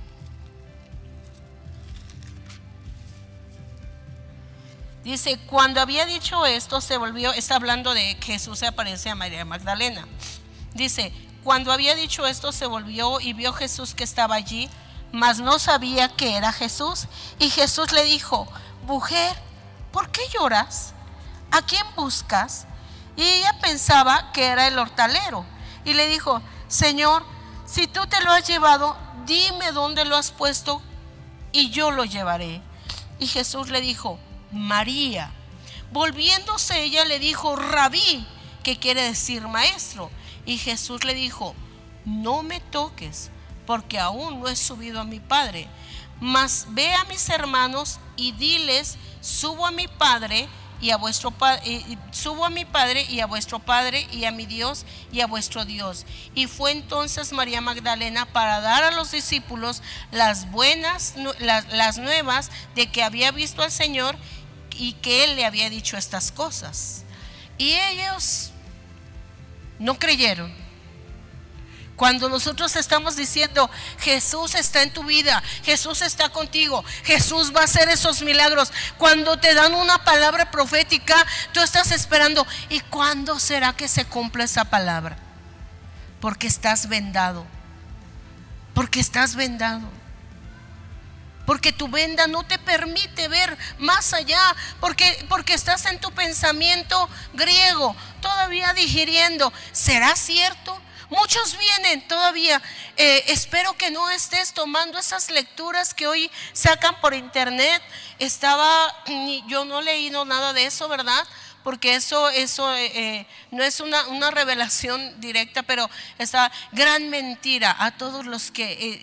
Dice, cuando había dicho esto, se volvió, está hablando de que Jesús se aparece a María Magdalena. Dice, cuando había dicho esto, se volvió y vio Jesús que estaba allí, mas no sabía que era Jesús. Y Jesús le dijo, mujer, ¿por qué lloras? ¿A quién buscas? Y ella pensaba que era el hortalero. Y le dijo, Señor, si tú te lo has llevado, dime dónde lo has puesto y yo lo llevaré. Y Jesús le dijo, María. Volviéndose ella le dijo, Rabí, que quiere decir maestro. Y Jesús le dijo, no me toques, porque aún no he subido a mi Padre, mas ve a mis hermanos y diles, subo a mi Padre y a vuestro subo a mi Padre y a vuestro Padre, y a mi Dios y a vuestro Dios. Y fue entonces María Magdalena para dar a los discípulos las nuevas de que había visto al Señor y que Él le había dicho estas cosas. Y ellos no creyeron. Cuando nosotros estamos diciendo, Jesús está en tu vida, Jesús está contigo, Jesús va a hacer esos milagros. Cuando te dan una palabra profética, tú estás esperando, ¿y cuándo será que se cumple esa palabra? Porque estás vendado. Porque estás vendado. Porque tu venda no te permite ver más allá, porque estás en tu pensamiento griego, todavía digiriendo. ¿Será cierto? Muchos vienen todavía. Espero que no estés tomando esas lecturas que hoy sacan por internet. Yo no he leído nada de eso, ¿verdad? Porque eso no es una revelación directa, pero esa gran mentira a todos los que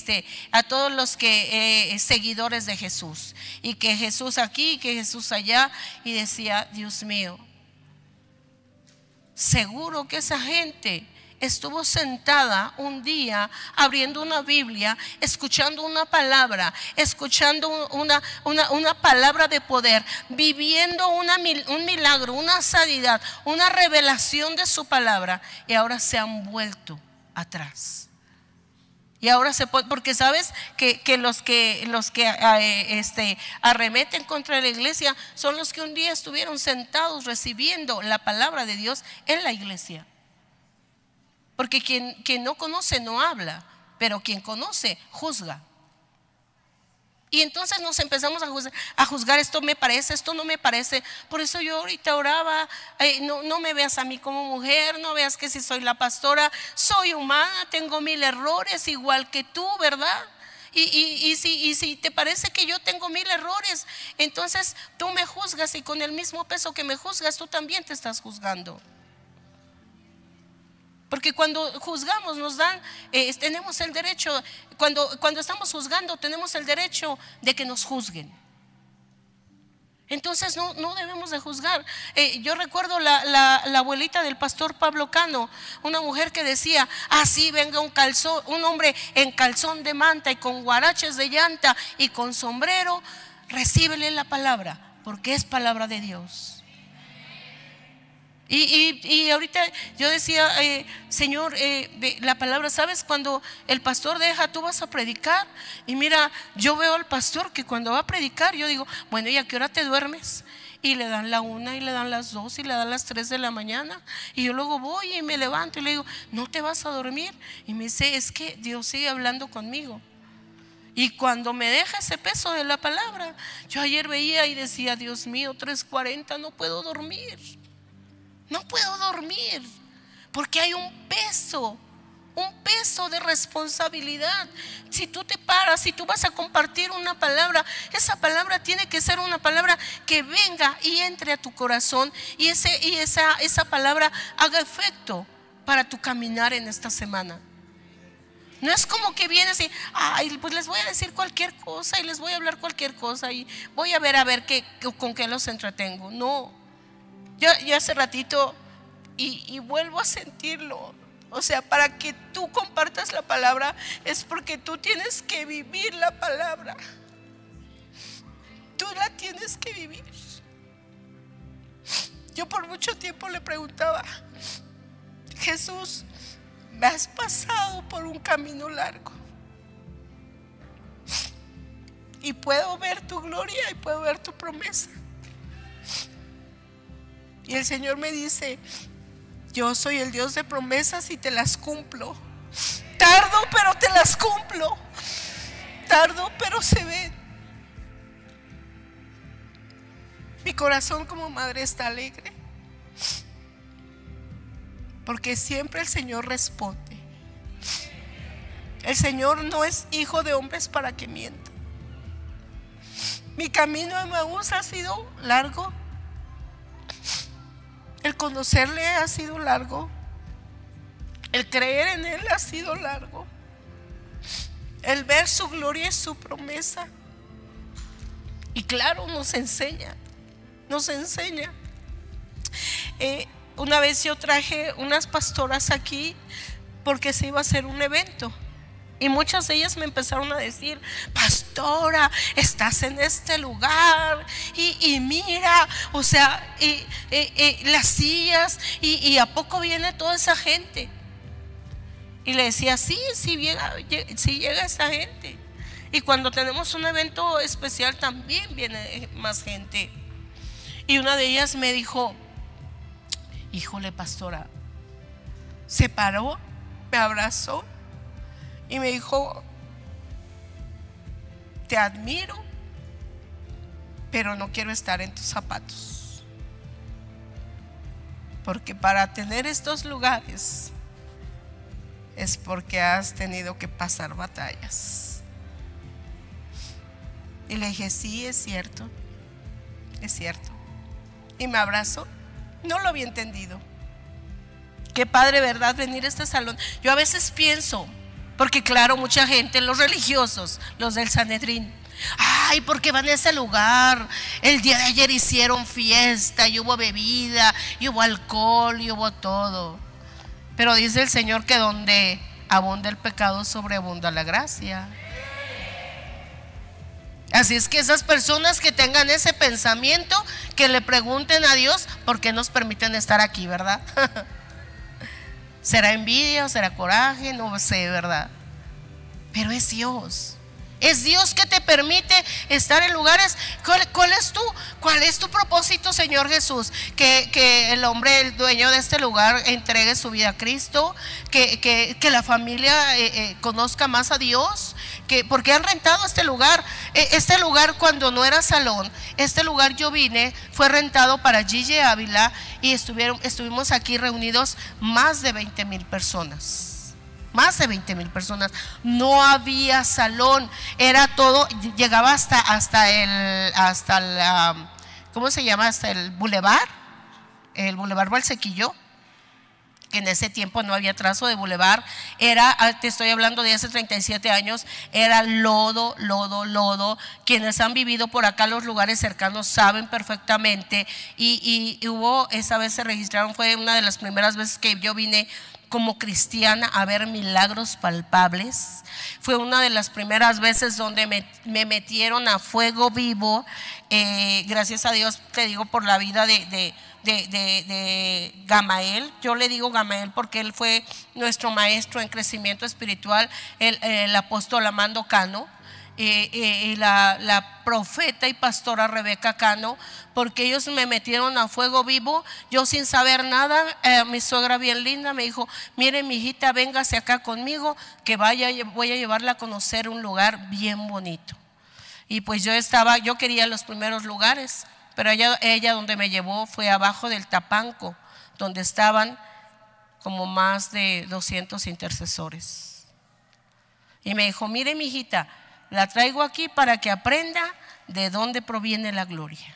seguidores de Jesús, y que Jesús aquí, que Jesús allá, y decía, Dios mío, seguro que esa gente estuvo sentada un día abriendo una Biblia, escuchando una palabra, escuchando una palabra de poder, viviendo un milagro, una sanidad, una revelación de su palabra, y ahora se han vuelto atrás. Y ahora porque sabes que los que arremeten contra la iglesia son los que un día estuvieron sentados recibiendo la palabra de Dios en la iglesia. Porque quien no conoce no habla, pero quien conoce juzga. Y entonces nos empezamos a juzgar, esto me parece, esto no me parece. Por eso yo ahorita oraba, no me veas a mí como mujer, no veas que si soy la pastora, soy humana, tengo 1000 errores igual que tú, ¿verdad? Y si te parece que yo tengo 1000 errores, entonces tú me juzgas, y con el mismo peso que me juzgas, tú también te estás juzgando. Porque cuando juzgamos tenemos el derecho, cuando estamos juzgando, tenemos el derecho de que nos juzguen. Entonces no debemos de juzgar. Yo recuerdo la abuelita del pastor Pablo Cano, una mujer que decía, así venga un hombre en calzón de manta y con guaraches de llanta y con sombrero, recíbele la palabra, porque es palabra de Dios. Y ahorita yo decía, Señor, la palabra, ¿sabes? Cuando el pastor deja, tú vas a predicar. Y mira, yo veo al pastor que cuando va a predicar, yo digo, bueno, ¿y a qué hora te duermes? Y le dan la 1, y le dan las 2, y le dan las 3 de la mañana. Y yo luego voy y me levanto y le digo, ¿no te vas a dormir? Y me dice, es que Dios sigue hablando conmigo. Y cuando me deja ese peso de la palabra, yo ayer veía y decía, Dios mío, 3:40, no puedo dormir. No puedo dormir porque hay un peso un peso de responsabilidad. Si tú te paras, si tú vas a compartir una palabra, esa palabra tiene que ser una palabra que venga y entre a tu corazón y esa palabra haga efecto para tu caminar en esta semana. No es como que vienes y, ay, pues les voy a decir cualquier cosa y les voy a hablar cualquier cosa y voy a ver con qué los entretengo. No, yo hace ratito y vuelvo a sentirlo. O sea, para que tú compartas la palabra es porque tú tienes que vivir la palabra. Tú la tienes que vivir. Yo por mucho tiempo le preguntaba: Jesús, me has pasado por un camino largo y puedo ver tu gloria y puedo ver tu promesa. Y el Señor me dice: yo soy el Dios de promesas y te las cumplo. Tardo, pero te las cumplo. Tardo, pero se ven. Mi corazón como madre está alegre, porque siempre el Señor responde. El Señor no es hijo de hombres para que mienta. Mi camino a Emaús ha sido largo. El conocerle ha sido largo. El creer en Él ha sido largo. El ver su gloria y su promesa. Y claro, nos enseña. Una vez yo traje unas pastoras aquí porque se iba a hacer un evento. Y muchas de ellas me empezaron a decir: pastora, estás en este lugar y mira, o sea, las sillas y a poco viene toda esa gente. Y le decía: sí llega esa gente. Y cuando tenemos un evento especial también viene más gente. Y una de ellas me dijo: híjole, pastora. Se paró, me abrazó y me dijo: te admiro, pero no quiero estar en tus zapatos, porque para tener estos lugares es porque has tenido que pasar batallas. Y le dije: sí, es cierto. Y me abrazó. No lo había entendido. Qué padre, ¿verdad? Venir a este salón. Yo a veces pienso, porque claro, mucha gente, los religiosos, los del Sanedrín, ay, porque van a ese lugar. El día de ayer hicieron fiesta y hubo bebida y hubo alcohol y hubo todo. Pero dice el Señor que donde abunda el pecado, sobreabunda la gracia. Así es que esas personas que tengan ese pensamiento, que le pregunten a Dios por qué nos permiten estar aquí, ¿verdad? ¿Será envidia o será coraje? No sé, ¿verdad? Pero es Dios. Es Dios que te permite estar en lugares. ¿Cuál es tu propósito, Señor Jesús? Que el hombre, el dueño de este lugar, entregue su vida a Cristo. Que la familia conozca más a Dios. Porque han rentado este lugar. Este lugar, cuando no era salón, este lugar yo vine, fue rentado para Gigi Ávila. Y estuvimos aquí reunidos más de 20,000 personas. Más de 20,000 personas. No había salón, era todo, llegaba hasta el ¿cómo se llama? Hasta el bulevar Valsequillo, que en ese tiempo no había trazo de bulevar. Te estoy hablando de hace 37 años, era lodo. Quienes han vivido por acá, los lugares cercanos, saben perfectamente. Y hubo, esa vez se registraron, fue una de las primeras veces que yo vine como cristiana a ver milagros palpables. Fue una de las primeras veces donde me metieron a fuego vivo. Gracias a Dios, te digo, por la vida de Gamael. Yo le digo Gamael porque él fue nuestro maestro en crecimiento espiritual, el apóstol Amando Cano. Y la profeta y pastora Rebeca Cano, porque ellos me metieron a fuego vivo, yo sin saber nada. Mi suegra bien linda me dijo: mire, mi hijita, véngase acá conmigo, que voy a llevarla a conocer un lugar bien bonito. Y pues yo quería los primeros lugares, pero ella donde me llevó fue abajo del Tapanco, donde estaban como más de 200 intercesores. Y me dijo, mire mi hijita, la traigo aquí para que aprenda de dónde proviene la gloria.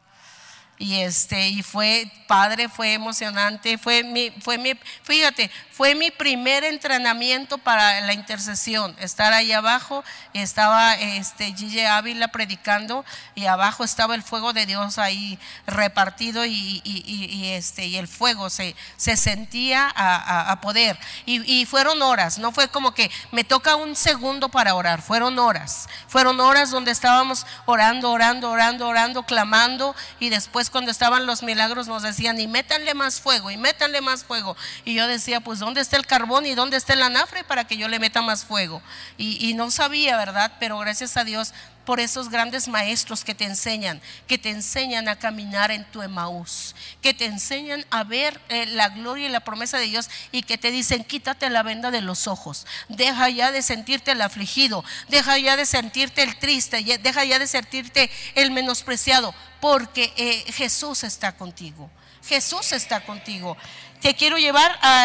Y fue padre, fue emocionante, fíjate, fue mi primer entrenamiento para la intercesión, estar ahí abajo. Y estaba Gille Ávila predicando, y abajo estaba el fuego de Dios ahí repartido, y el fuego se sentía a poder, y fueron horas, no fue como que me toca un segundo para orar, fueron horas donde estábamos orando, clamando, y después cuando estaban los milagros nos decían, y métanle más fuego, y yo decía, pues ¿dónde está el carbón y dónde está el anafre para que yo le meta más fuego? Y no sabía, ¿verdad? Pero gracias a Dios por esos grandes maestros que te enseñan a caminar en tu Emaús, que te enseñan a ver la gloria y la promesa de Dios, y que te dicen, quítate la venda de los ojos, deja ya de sentirte el afligido, deja ya de sentirte el triste, deja ya de sentirte el menospreciado, porque Jesús está contigo. Jesús está contigo. Te quiero llevar a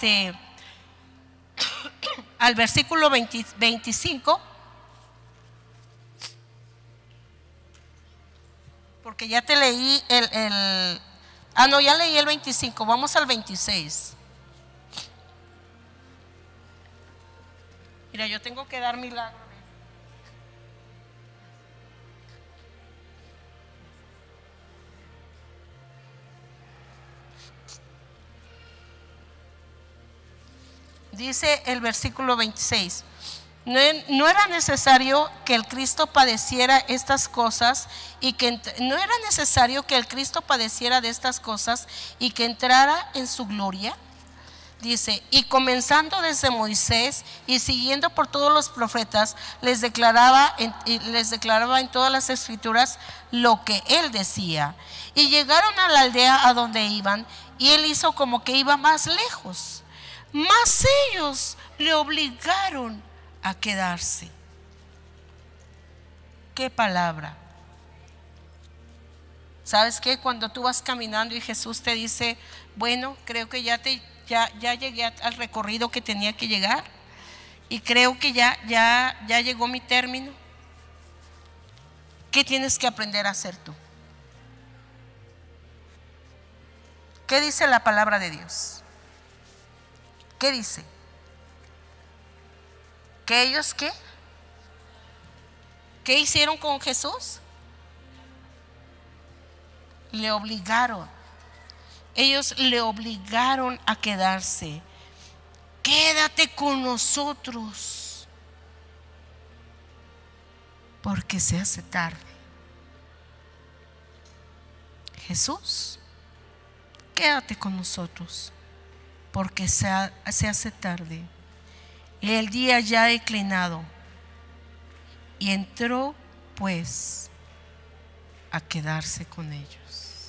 al versículo 25, porque ya te leí ya leí el 25, vamos al 26. Mira, yo tengo que dar milagro. Dice el versículo 26, no era necesario que el Cristo padeciera estas cosas y que no era necesario que el Cristo padeciera de estas cosas y que entrara en su gloria. Dice, y comenzando desde Moisés y siguiendo por todos los profetas, les declaraba en todas las escrituras lo que él decía. Y llegaron a la aldea a donde iban, y él hizo como que iba más lejos, mas ellos le obligaron a quedarse. ¿Qué palabra? ¿Sabes qué? Cuando tú vas caminando y Jesús te dice, bueno, creo que ya llegué al recorrido que tenía que llegar, y creo que ya llegó mi término. ¿Qué tienes que aprender a hacer tú? ¿Qué dice la palabra de Dios? ¿Qué dice? ¿Que ellos qué? ¿Qué hicieron con Jesús? Le obligaron. Ellos le obligaron a quedarse. Quédate con nosotros, porque se hace tarde. Jesús, quédate con nosotros, porque se hace tarde. Y el día ya ha declinado. Y entró pues a quedarse con ellos.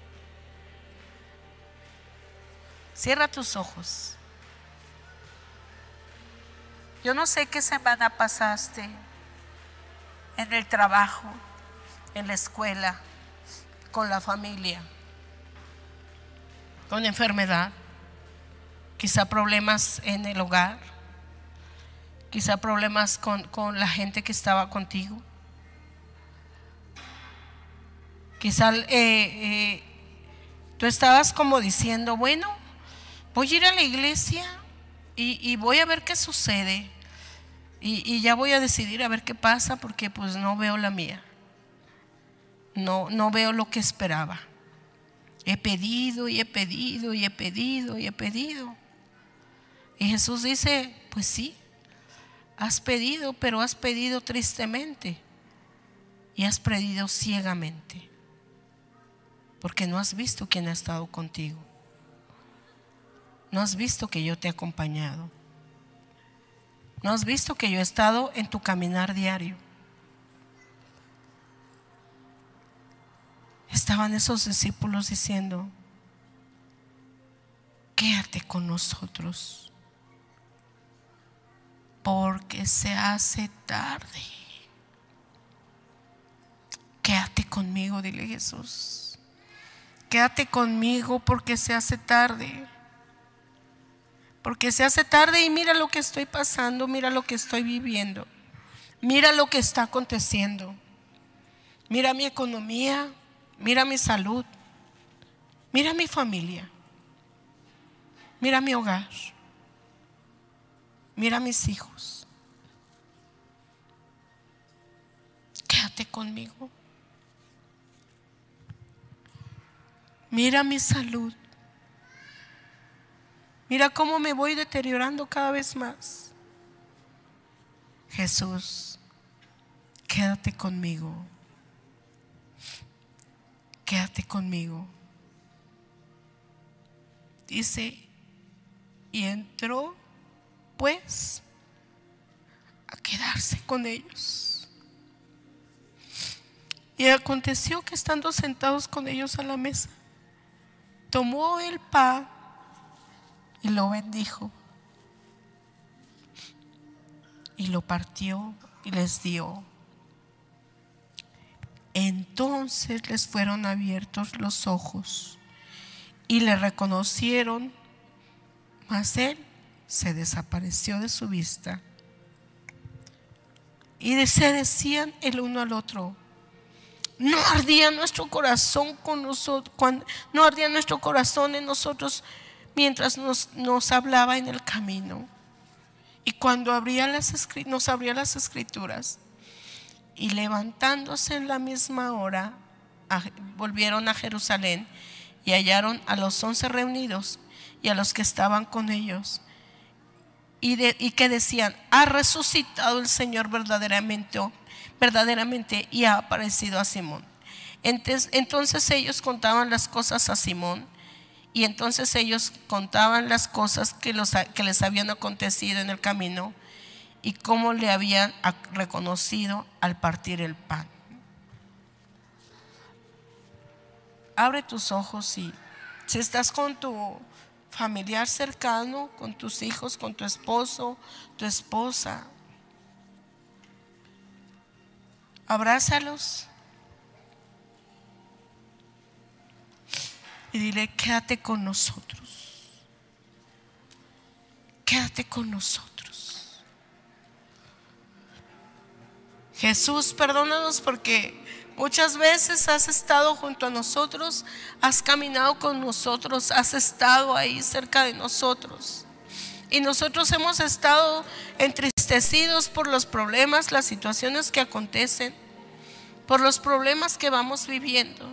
Cierra tus ojos. Yo no sé qué semana pasaste en el trabajo, en la escuela, con la familia, con enfermedad, quizá problemas en el hogar, quizá problemas con la gente que estaba contigo. Quizá tú estabas como diciendo, bueno, voy a ir a la iglesia y voy a ver qué sucede, y ya voy a decidir a ver qué pasa, porque pues no veo la mía, no veo lo que esperaba. He pedido y he pedido y he pedido y he pedido. Y Jesús dice, pues sí, has pedido, pero has pedido tristemente y has pedido ciegamente, porque no has visto quién ha estado contigo. No has visto que yo te he acompañado. No has visto que yo he estado en tu caminar diario. Estaban esos discípulos diciendo, quédate con nosotros, porque se hace tarde. Quédate conmigo, dile Jesús. Quédate conmigo porque se hace tarde. Porque se hace tarde y mira lo que estoy pasando, mira lo que estoy viviendo, mira lo que está aconteciendo. Mira mi economía, mira mi salud, mira mi familia, mira mi hogar, mira mis hijos. Quédate conmigo. Mira mi salud. Mira cómo me voy deteriorando cada vez más. Jesús, quédate conmigo. Quédate conmigo. Dice, y entró pues a quedarse con ellos. Y aconteció que estando sentados con ellos a la mesa, tomó el pan y lo bendijo y lo partió y les dio. Entonces les fueron abiertos los ojos y le reconocieron, mas él se desapareció de su vista. Y se decían el uno al otro: ¿no ardía nuestro corazón con nosotros, no ardía nuestro corazón en nosotros mientras nos hablaba en el camino? Y cuando nos abría las escrituras. Y levantándose en la misma hora, volvieron a Jerusalén y hallaron a los 11 reunidos y a los que estaban con ellos. Y que decían: ha resucitado el Señor verdaderamente y ha aparecido a Simón. Entonces ellos contaban las cosas a Simón. Y entonces ellos contaban las cosas que les habían acontecido en el camino y cómo le habían reconocido al partir el pan. Abre tus ojos y si estás con tu familiar cercano, con tus hijos, con tu esposo, tu esposa, abrázalos y dile: quédate con nosotros, quédate con nosotros. Jesús, perdónanos porque muchas veces has estado junto a nosotros, has caminado con nosotros, has estado ahí cerca de nosotros. Y nosotros hemos estado entristecidos por los problemas, las situaciones que acontecen, por los problemas que vamos viviendo.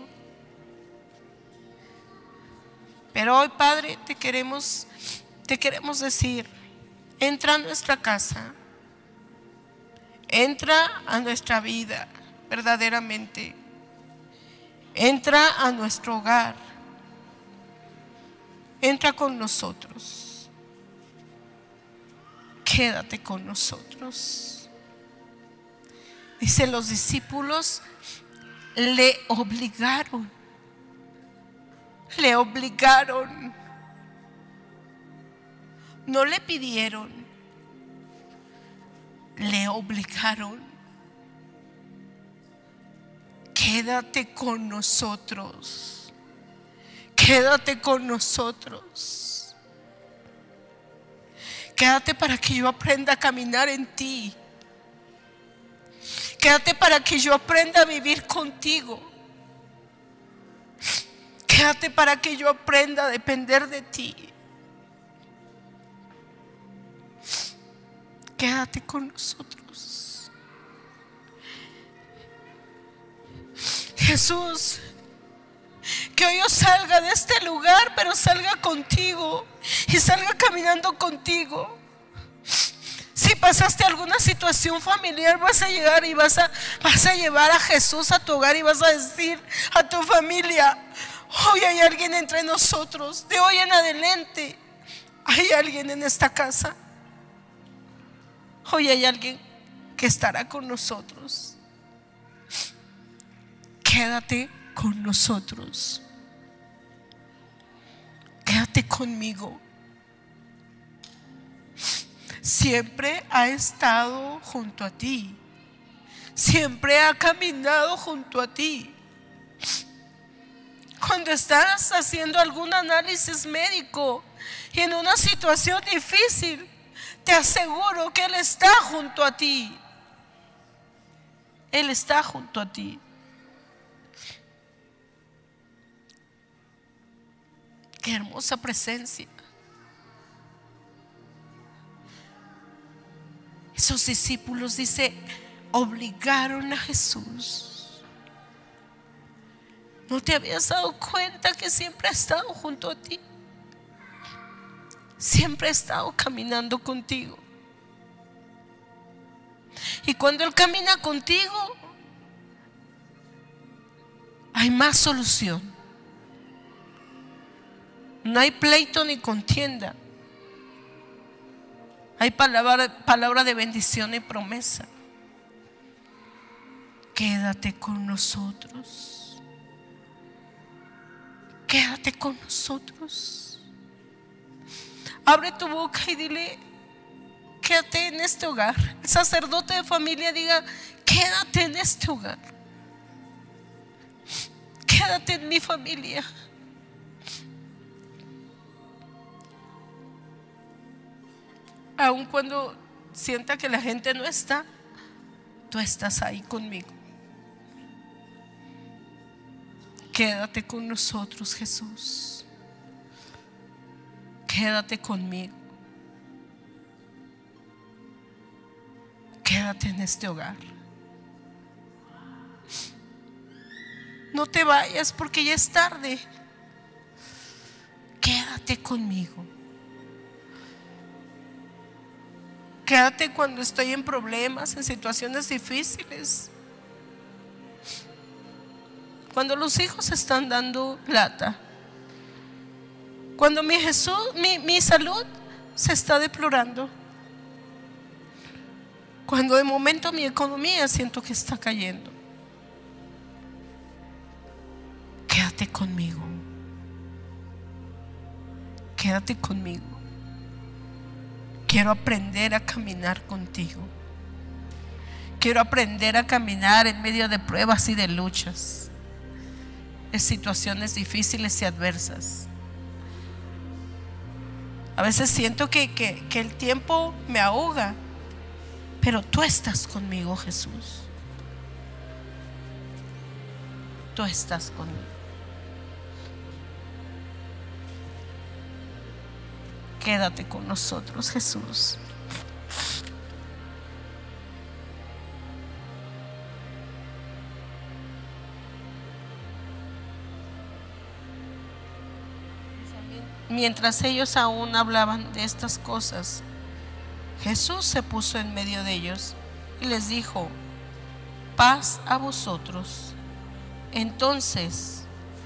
Pero hoy, Padre, te queremos decir: entra a nuestra casa. Entra a nuestra vida verdaderamente. Entra a nuestro hogar. Entra con nosotros. Quédate con nosotros. Dice, los discípulos le obligaron. No le pidieron. Le obligaron. Quédate con nosotros. Quédate con nosotros. Quédate para que yo aprenda a caminar en ti. Quédate para que yo aprenda a vivir contigo. Quédate para que yo aprenda a depender de ti. Quédate con nosotros. Jesús, que hoy yo salga de este lugar, pero salga contigo y salga caminando contigo. Si pasaste alguna situación familiar, vas a llegar y vas a llevar a Jesús a tu hogar y vas a decir a tu familia: hoy hay alguien entre nosotros. De hoy en adelante hay alguien en esta casa. Hoy hay alguien que estará con nosotros. Quédate con nosotros. Quédate conmigo. Siempre ha estado junto a ti. Siempre ha caminado junto a ti. Cuando estás haciendo algún análisis médico, Y en una situación difícil, te aseguro que Él está junto a ti. Él está junto a ti. Qué hermosa presencia. Esos discípulos, dice, obligaron a Jesús. ¿No te habías dado cuenta que siempre ha estado junto a ti? Siempre ha estado caminando contigo. Y cuando Él camina contigo, hay más solución. No hay pleito ni contienda. Hay palabra de bendición y promesa. Quédate con nosotros. Quédate con nosotros. Abre tu boca y dile: quédate en este hogar. El sacerdote de familia diga: quédate en este hogar. Quédate en mi familia. Aun cuando sienta que la gente no está, tú estás ahí conmigo. Quédate con nosotros, Jesús. Quédate conmigo. Quédate en este hogar. No te vayas porque ya es tarde. Quédate conmigo. Quédate cuando estoy en problemas, en situaciones difíciles. Cuando los hijos están dando lata. Cuando mi salud se está deplorando. Cuando de momento mi economía siento que está cayendo. Quédate conmigo. Quédate conmigo. Quiero aprender a caminar contigo. Quiero aprender a caminar en medio de pruebas y de luchas, de situaciones difíciles y adversas. A veces siento que el tiempo me ahoga, pero tú estás conmigo, Jesús. Tú estás conmigo. Quédate con nosotros, Jesús. Mientras ellos aún hablaban de estas cosas, Jesús se puso en medio de ellos y les dijo: paz a vosotros. Entonces,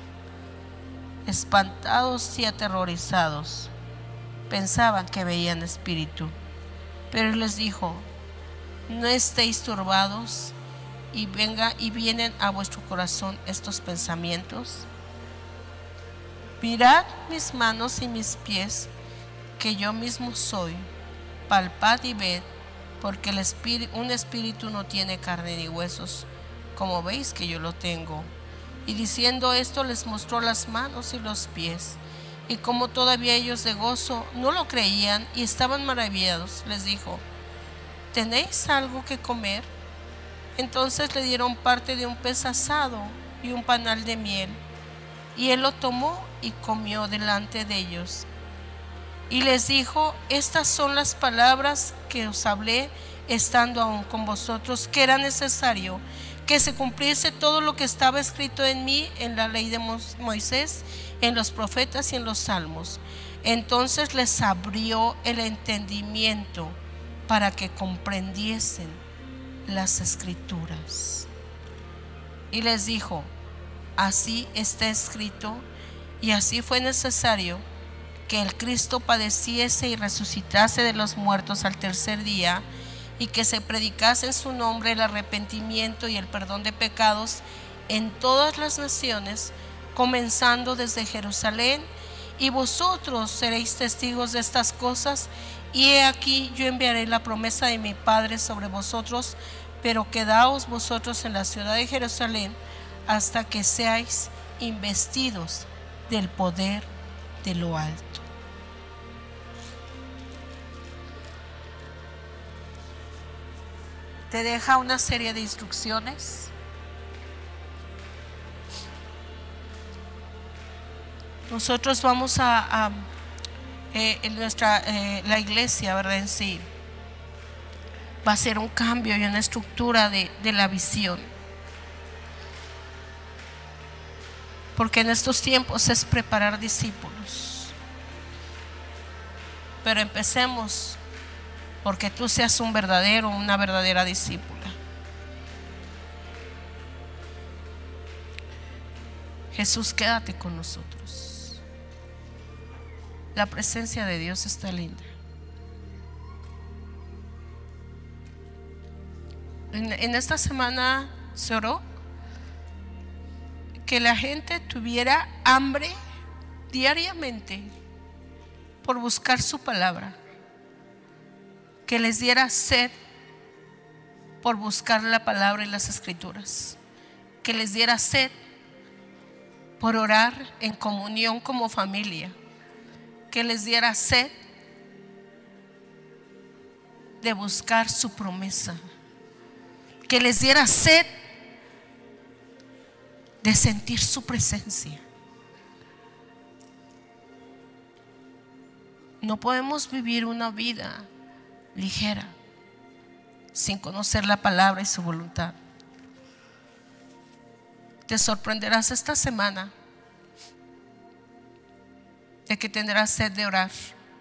espantados y aterrorizados, pensaban que veían espíritu, pero Él les dijo: no estéis turbados y vienen a vuestro corazón estos pensamientos. Mirad mis manos y mis pies, que yo mismo soy. Palpad y ved, porque un espíritu no tiene carne ni huesos, como veis que yo lo tengo. Y diciendo esto, les mostró las manos y los pies. Y como todavía ellos de gozo no lo creían y estaban maravillados, les dijo: ¿tenéis algo que comer? Entonces le dieron parte de un pez asado y un panal de miel. Y Él lo tomó y comió delante de ellos. Y les dijo: estas son las palabras que os hablé estando aún con vosotros, que era necesario que se cumpliese todo lo que estaba escrito en mí, en la ley de Moisés, en los profetas y en los salmos. Entonces les abrió el entendimiento para que comprendiesen las escrituras. Y les dijo: así está escrito, y así fue necesario que el Cristo padeciese y resucitase de los muertos al tercer día, y que se predicase en su nombre el arrepentimiento y el perdón de pecados en todas las naciones, comenzando desde Jerusalén. Y vosotros seréis testigos de estas cosas. Y he aquí, yo enviaré la promesa de mi Padre sobre vosotros, pero quedaos vosotros en la ciudad de Jerusalén hasta que seáis investidos del poder de lo alto. te deja una serie de instrucciones. Nosotros vamos en la iglesia, ¿verdad? En sí va a ser un cambio y una estructura de la visión, porque en estos tiempos es preparar discípulos. Pero empecemos porque tú seas un verdadero, una verdadera discípula. Jesús, quédate con nosotros. La presencia de Dios está linda. En esta semana se oró que la gente tuviera hambre diariamente por buscar su palabra, que les diera sed por buscar la palabra y las escrituras, que les diera sed por orar en comunión como familia, que les diera sed de buscar su promesa, que les diera sed de sentir su presencia. No podemos vivir una vida ligera sin conocer la palabra y su voluntad. Te sorprenderás esta semana de que tendrás sed de orar,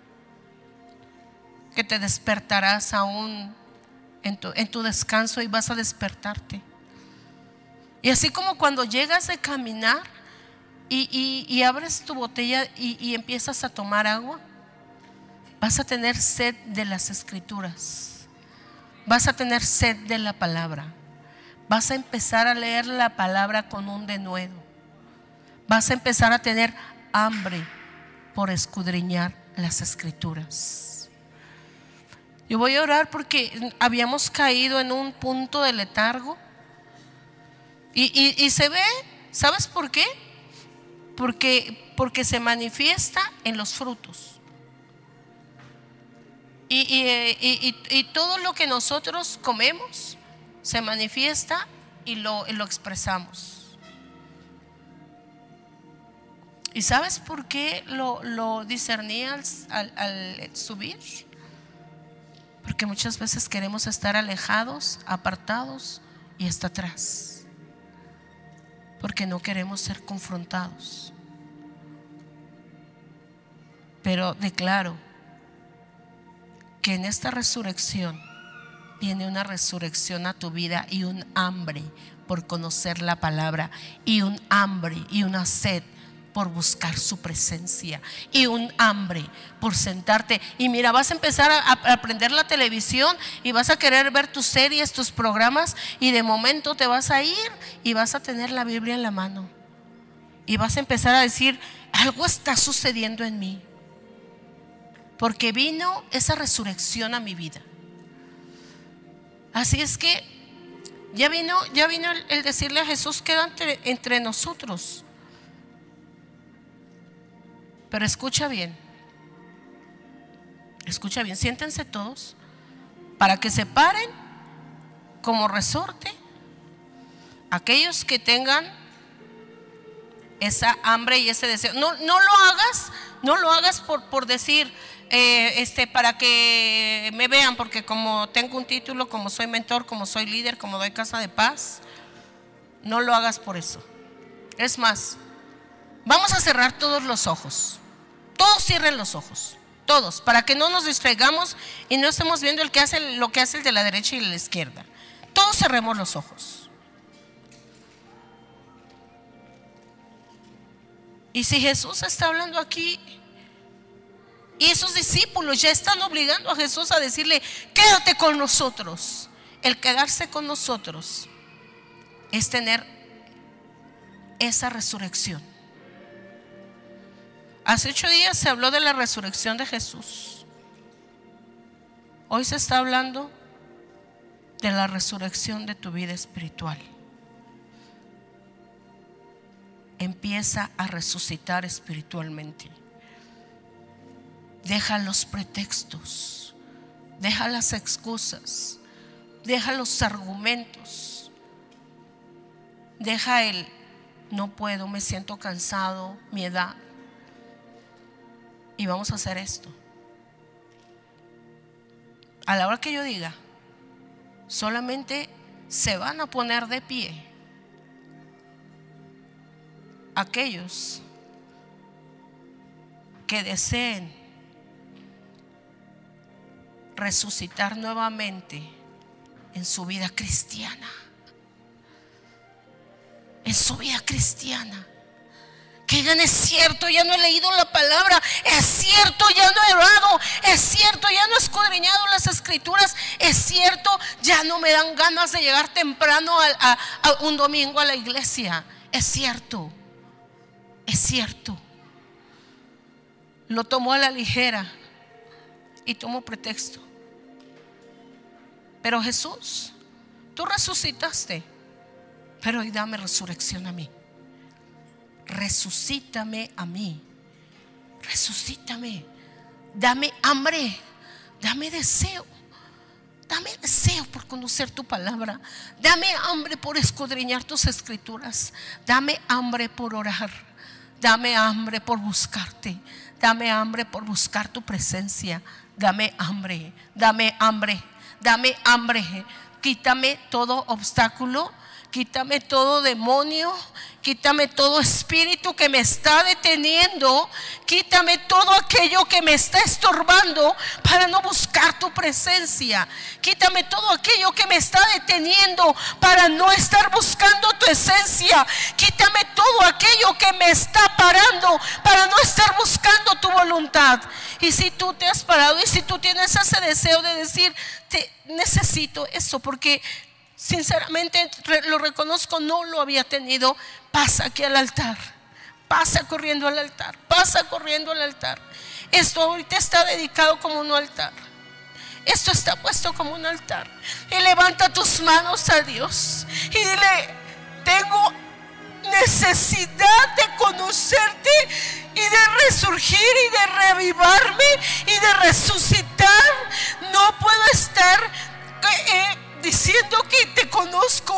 que te despertarás aún en tu descanso y vas a despertarte. Y así como cuando llegas de caminar y abres tu botella y empiezas a tomar agua, vas a tener sed de las escrituras, vas a tener sed de la palabra, vas a empezar a leer la palabra con un denuedo, vas a empezar a tener hambre por escudriñar las escrituras. Yo voy a orar porque habíamos caído en un punto de letargo y se ve, ¿sabes por qué? Porque se manifiesta en los frutos. Y todo lo que nosotros comemos se manifiesta y lo expresamos. ¿Y sabes por qué lo discerní al subir? Porque muchas veces queremos estar alejados, apartados y hasta atrás, porque no queremos ser confrontados. Pero declaro que en esta resurrección viene una resurrección a tu vida y un hambre por conocer la palabra, y un hambre y una sed por buscar su presencia, y un hambre por sentarte. Y mira, vas a empezar a prender la televisión y vas a querer ver tus series, tus programas, y de momento te vas a ir y vas a tener la Biblia en la mano y vas a empezar a decir: algo está sucediendo en mí, porque vino esa resurrección a mi vida. Así es que ya vino el decirle a Jesús: queda entre nosotros. Pero escucha bien, siéntense todos para que se paren como resorte aquellos que tengan esa hambre y ese deseo. No lo hagas por decir para que me vean, porque como tengo un título, como soy mentor, como soy líder, como doy casa de paz. No lo hagas por eso. Es más, vamos a cerrar todos los ojos. Todos cierren los ojos, todos, para que no nos distraigamos y no estemos viendo lo que hace el de la derecha y el de la izquierda. Todos cerremos los ojos. Y si Jesús está hablando aquí y esos discípulos ya están obligando a Jesús a decirle: quédate con nosotros, el quedarse con nosotros es tener esa resurrección. Hace 8 días se habló de la resurrección de Jesús. Hoy se está hablando de la resurrección de tu vida espiritual. Empieza a resucitar espiritualmente. Deja los pretextos, deja las excusas, Deja los argumentos. Deja el no puedo, me siento cansado, mi edad. Y vamos a hacer esto. A la hora que yo diga, solamente se van a poner de pie aquellos que deseen resucitar nuevamente en su vida cristiana. En su vida cristiana. Que digan: es cierto, ya no he leído la palabra. Es cierto, ya no he orado. Es cierto, ya no he escudriñado las escrituras. Es cierto, ya no me dan ganas de llegar temprano a un domingo a la iglesia. Es cierto. Es cierto. Lo tomó a la ligera y tomó pretexto. Pero Jesús, tú resucitaste, pero hoy dame resurrección a mí. Resucítame a mí. Resucítame. Dame hambre. Dame deseo. Dame deseo por conocer tu palabra. Dame hambre por escudriñar tus escrituras. Dame hambre por orar. Dame hambre por buscarte. Dame hambre por buscar tu presencia. Dame hambre. Dame hambre. Dame hambre. Quítame todo obstáculo. Quítame todo demonio. Quítame todo espíritu que me está deteniendo. Quítame todo aquello que me está estorbando para no buscar tu presencia. Quítame todo aquello que me está deteniendo para no estar buscando tu esencia. Quítame todo aquello que me está parando para no estar buscando tu voluntad. Y si tú te has parado y si tú tienes ese deseo de decir: necesito eso, porque sinceramente lo reconozco, no lo había tenido, pasa aquí al altar. Pasa corriendo al altar. Pasa corriendo al altar. Esto ahorita está dedicado como un altar. Esto está puesto como un altar. Y levanta tus manos a Dios y dile: tengo necesidad de conocerte y de resurgir y de reavivarme y de resucitar. No puedo estar diciendo que te conozco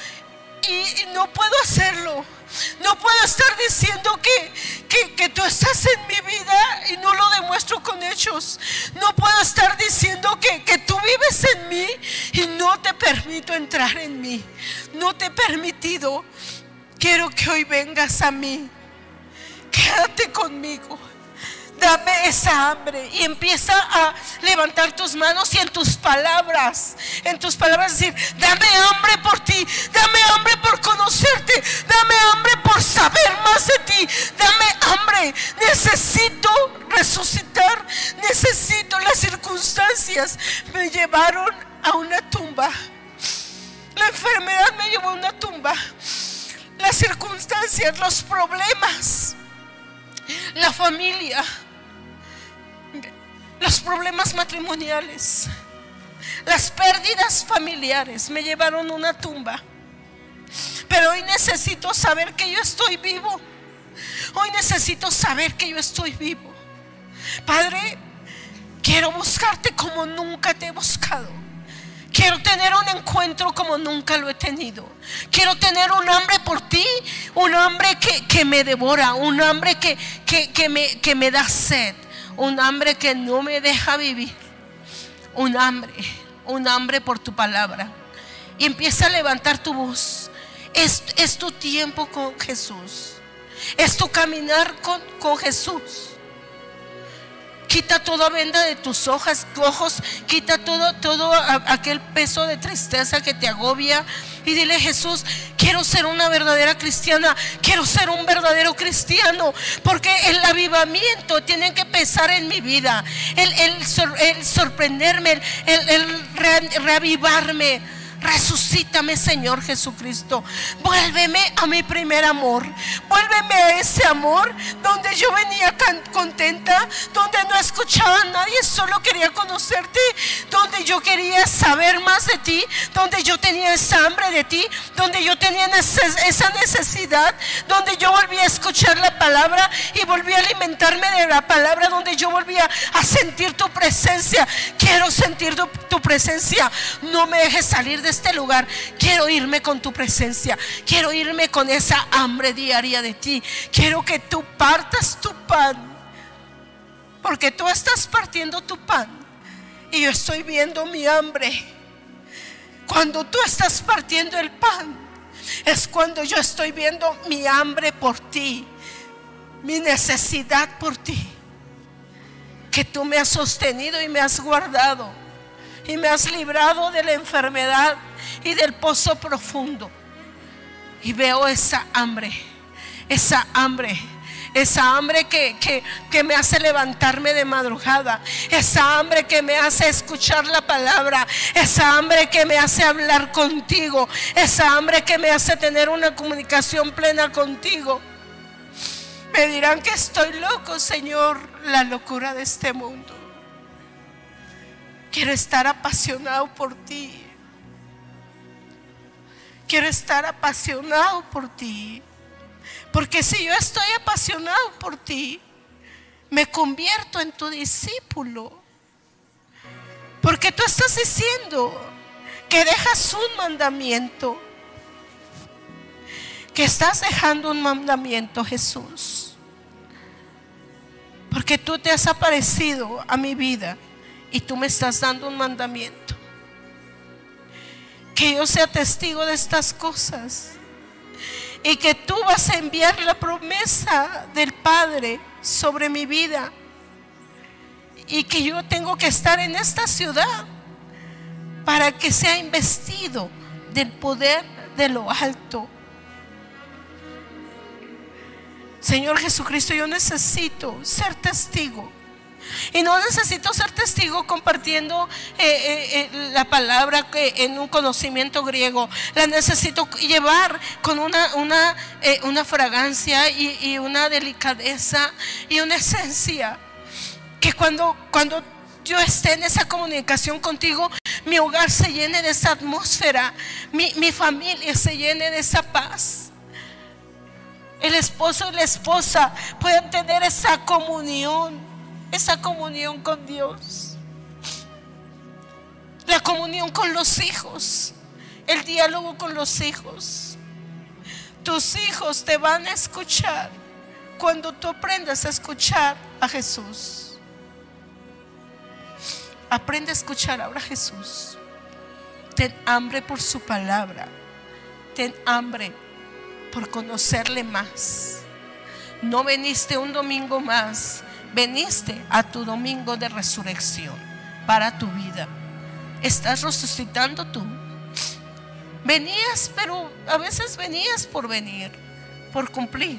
y no puedo hacerlo. No puedo estar diciendo que tú estás en mi vida y no lo demuestro con hechos. No puedo estar diciendo que tú vives en mí y no te permito entrar en mí. No te he permitido. Quiero que hoy vengas a mí. Quédate conmigo. Dame esa hambre. Y empieza a levantar tus manos y en tus palabras decir: dame hambre por ti. Dame hambre por conocerte. Dame hambre por saber más de ti. Dame hambre. Necesito resucitar. Necesito. Las circunstancias me llevaron a una tumba. La enfermedad me llevó a una tumba. Las circunstancias, los problemas, la familia, los problemas matrimoniales, las pérdidas familiares me llevaron a una tumba. Pero hoy necesito saber que yo estoy vivo. Hoy necesito saber que yo estoy vivo. Padre, quiero buscarte como nunca te he buscado. Quiero tener un encuentro como nunca lo he tenido. Quiero tener un hambre por ti. Un hambre que me devora. Un hambre que me da sed. Un hambre que no me deja vivir. Un hambre por tu palabra. Y empieza a levantar tu voz. Es tu tiempo con Jesús. Es tu caminar con Jesús. Quita toda venda de tus ojos. Quita todo aquel peso de tristeza que te agobia. Y dile: Jesús, quiero ser una verdadera cristiana. Quiero ser un verdadero cristiano. Porque el avivamiento tiene que pesar en mi vida. El sorprenderme, el reavivarme. Resucítame, Señor Jesucristo. Vuélveme a mi primer amor. Vuélveme a ese amor donde yo venía contenta, donde no escuchaba a nadie, solo quería conocerte, donde yo quería saber más de ti, donde yo tenía esa hambre de ti, donde yo tenía esa necesidad, donde yo volví a escuchar la palabra y volví a alimentarme de la palabra, donde yo volvía a sentir tu presencia. Quiero sentir tu presencia. No me dejes salir de este lugar. Quiero irme con tu presencia. Quiero irme con esa hambre diaria de ti. Quiero que tú partas tu pan, porque tú estás partiendo tu pan y yo estoy viendo mi hambre. Cuando tú estás partiendo el pan, es cuando yo estoy viendo mi hambre por ti, mi necesidad por ti, que tú me has sostenido y me has guardado y me has librado de la enfermedad y del pozo profundo. Y veo esa hambre que me hace levantarme de madrugada, esa hambre que me hace escuchar la palabra, esa hambre que me hace hablar contigo, esa hambre que me hace tener una comunicación plena contigo. Me dirán que estoy loco, Señor, la locura de este mundo. Quiero estar apasionado por ti. Quiero estar apasionado por ti. Porque si yo estoy apasionado por ti, me convierto en tu discípulo. Porque tú estás diciendo que dejas un mandamiento, que estás dejando un mandamiento, Jesús. Porque tú te has aparecido a mi vida y tú me estás dando un mandamiento. Que yo sea testigo de estas cosas. Y que tú vas a enviar la promesa del Padre sobre mi vida. Y que yo tengo que estar en esta ciudad para que sea investido del poder de lo alto. Señor Jesucristo, yo necesito ser testigo. Y no necesito ser testigo compartiendo la palabra en un conocimiento griego. La necesito llevar con una fragancia y una delicadeza y una esencia, que cuando yo esté en esa comunicación contigo, mi hogar se llene de esa atmósfera, mi familia se llene de esa paz. El esposo y la esposa pueden tener esa comunión con Dios, la comunión con los hijos, el diálogo con los hijos. Tus hijos te van a escuchar cuando tú aprendas a escuchar a Jesús. Aprende a escuchar ahora a Jesús. Ten hambre por su palabra. Ten hambre por conocerle más. No veniste un domingo más, veniste a tu domingo de resurrección para tu vida. Estás resucitando tú. Venías, pero a veces venías por venir, por cumplir.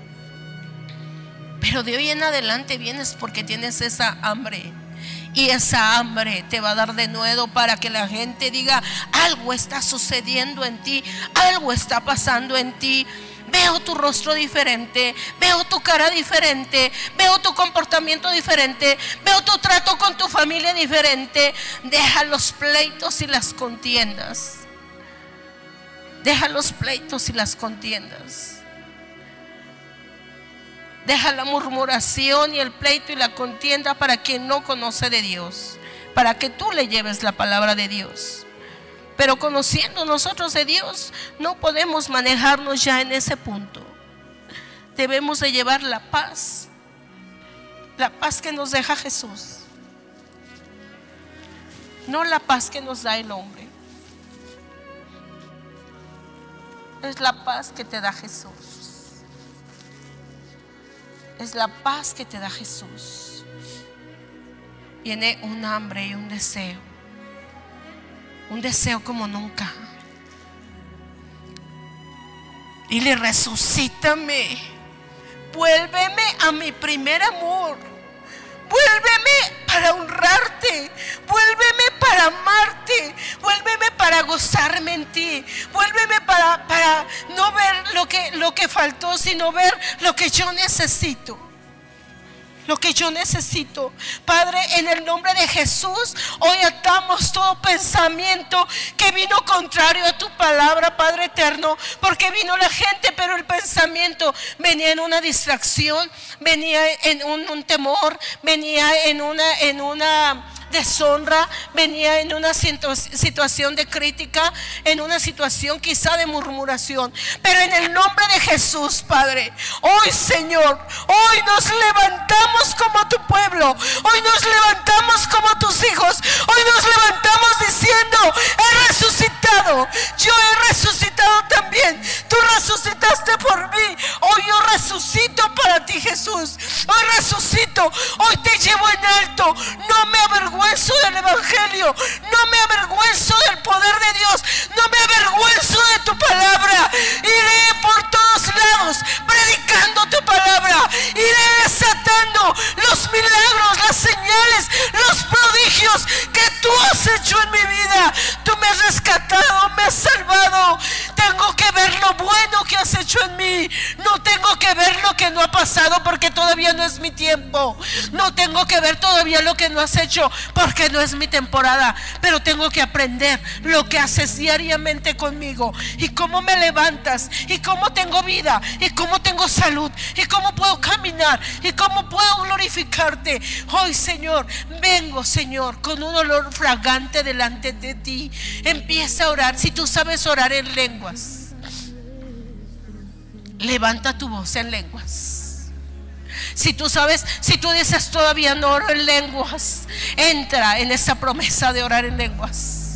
Pero de hoy en adelante vienes porque tienes esa hambre. Y esa hambre te va a dar de nuevo para que la gente diga: algo está sucediendo en ti, algo está pasando en ti. Veo tu rostro diferente, veo tu cara diferente, veo tu comportamiento diferente, veo tu trato con tu familia diferente. Deja los pleitos y las contiendas. Deja los pleitos y las contiendas. Deja la murmuración y el pleito y la contienda para quien no conoce de Dios, para que tú le lleves la palabra de Dios. Pero conociendo nosotros de Dios, no podemos manejarnos ya en ese punto. Debemos de llevar la paz que nos deja Jesús, no la paz que nos da el hombre. Es la paz que te da Jesús. Es la paz que te da Jesús. Viene un hambre y un deseo como nunca. Dile: resucítame, vuélveme a mi primer amor, vuélveme para honrarte, vuélveme para amarte, vuélveme para gozarme en ti, vuélveme para no ver lo que faltó, sino ver lo que yo necesito. Lo que yo necesito, Padre, en el nombre de Jesús, hoy atamos todo pensamiento que vino contrario a tu palabra, Padre eterno, porque vino la gente, pero el pensamiento venía en una distracción, venía en un temor, venía en una deshonra, venía en una situación de crítica, en una situación quizá de murmuración. Pero en el nombre de Jesús, Padre, hoy, Señor, hoy nos levantamos como tu pueblo, hoy nos levantamos como tus hijos, hoy nos levantamos diciendo: he resucitado, yo he resucitado también, tú resucitaste por mí, hoy yo resucito para ti, Jesús, hoy resucito, hoy te llevo en alto, no me avergüenzo del evangelio, no me avergüenzo del poder de Dios, no me avergüenzo de tu palabra. Iré por todos lados predicando tu palabra, iré desatando los milagros, las señales, los prodigios que tú has hecho en mi vida. Tú me has rescatado, me has salvado. Tengo que ver lo bueno que has hecho en mí, no tengo que ver lo que no ha pasado, porque todavía no es mi tiempo. No tengo que ver todavía lo que no has hecho, porque no es mi temporada. Pero tengo que aprender lo que haces diariamente conmigo, y cómo me levantas, y cómo tengo vida, y cómo tengo salud, y cómo puedo caminar, y cómo puedo glorificarte. Hoy, Señor, vengo, Señor, con un olor fragante delante de ti. Empieza a orar. Si tú sabes orar en lenguas, levanta tu voz en lenguas. Si tú dices: todavía no oro en lenguas, entra en esa promesa de orar en lenguas.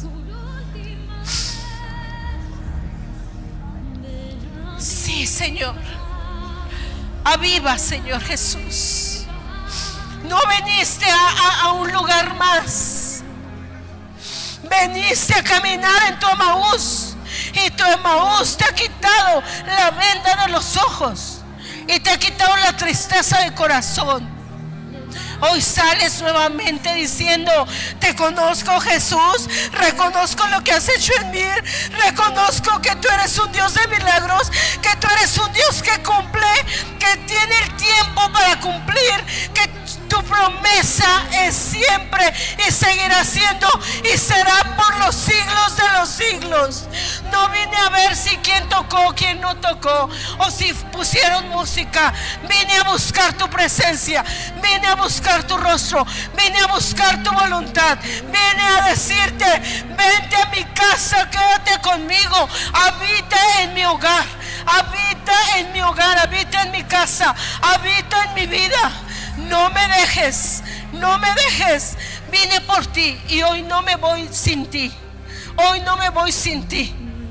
Sí, Señor, aviva, Señor Jesús. No viniste a un lugar más, veniste a caminar en tu Emaús, y tu Emaús te ha quitado la venda de los ojos y te ha quitado la tristeza de corazón. Hoy sales nuevamente diciendo: te conozco, Jesús, reconozco lo que has hecho en mí, reconozco que tú eres un Dios de milagros, que tú eres un Dios que cumple, que tiene el tiempo para cumplir, que tu promesa es siempre y seguirá siendo y será por los siglos de los siglos. No vine a ver si quién tocó, quién no tocó, o si pusieron música. Vine a buscar tu presencia, vine a buscar tu rostro, vine a buscar tu voluntad, vine a decirte: vente a mi casa, quédate conmigo, habita en mi hogar, habita en mi hogar, habita en mi casa, habita en mi vida. No me dejes, no me dejes. Vine por ti y hoy no me voy sin ti. Hoy no me voy sin ti.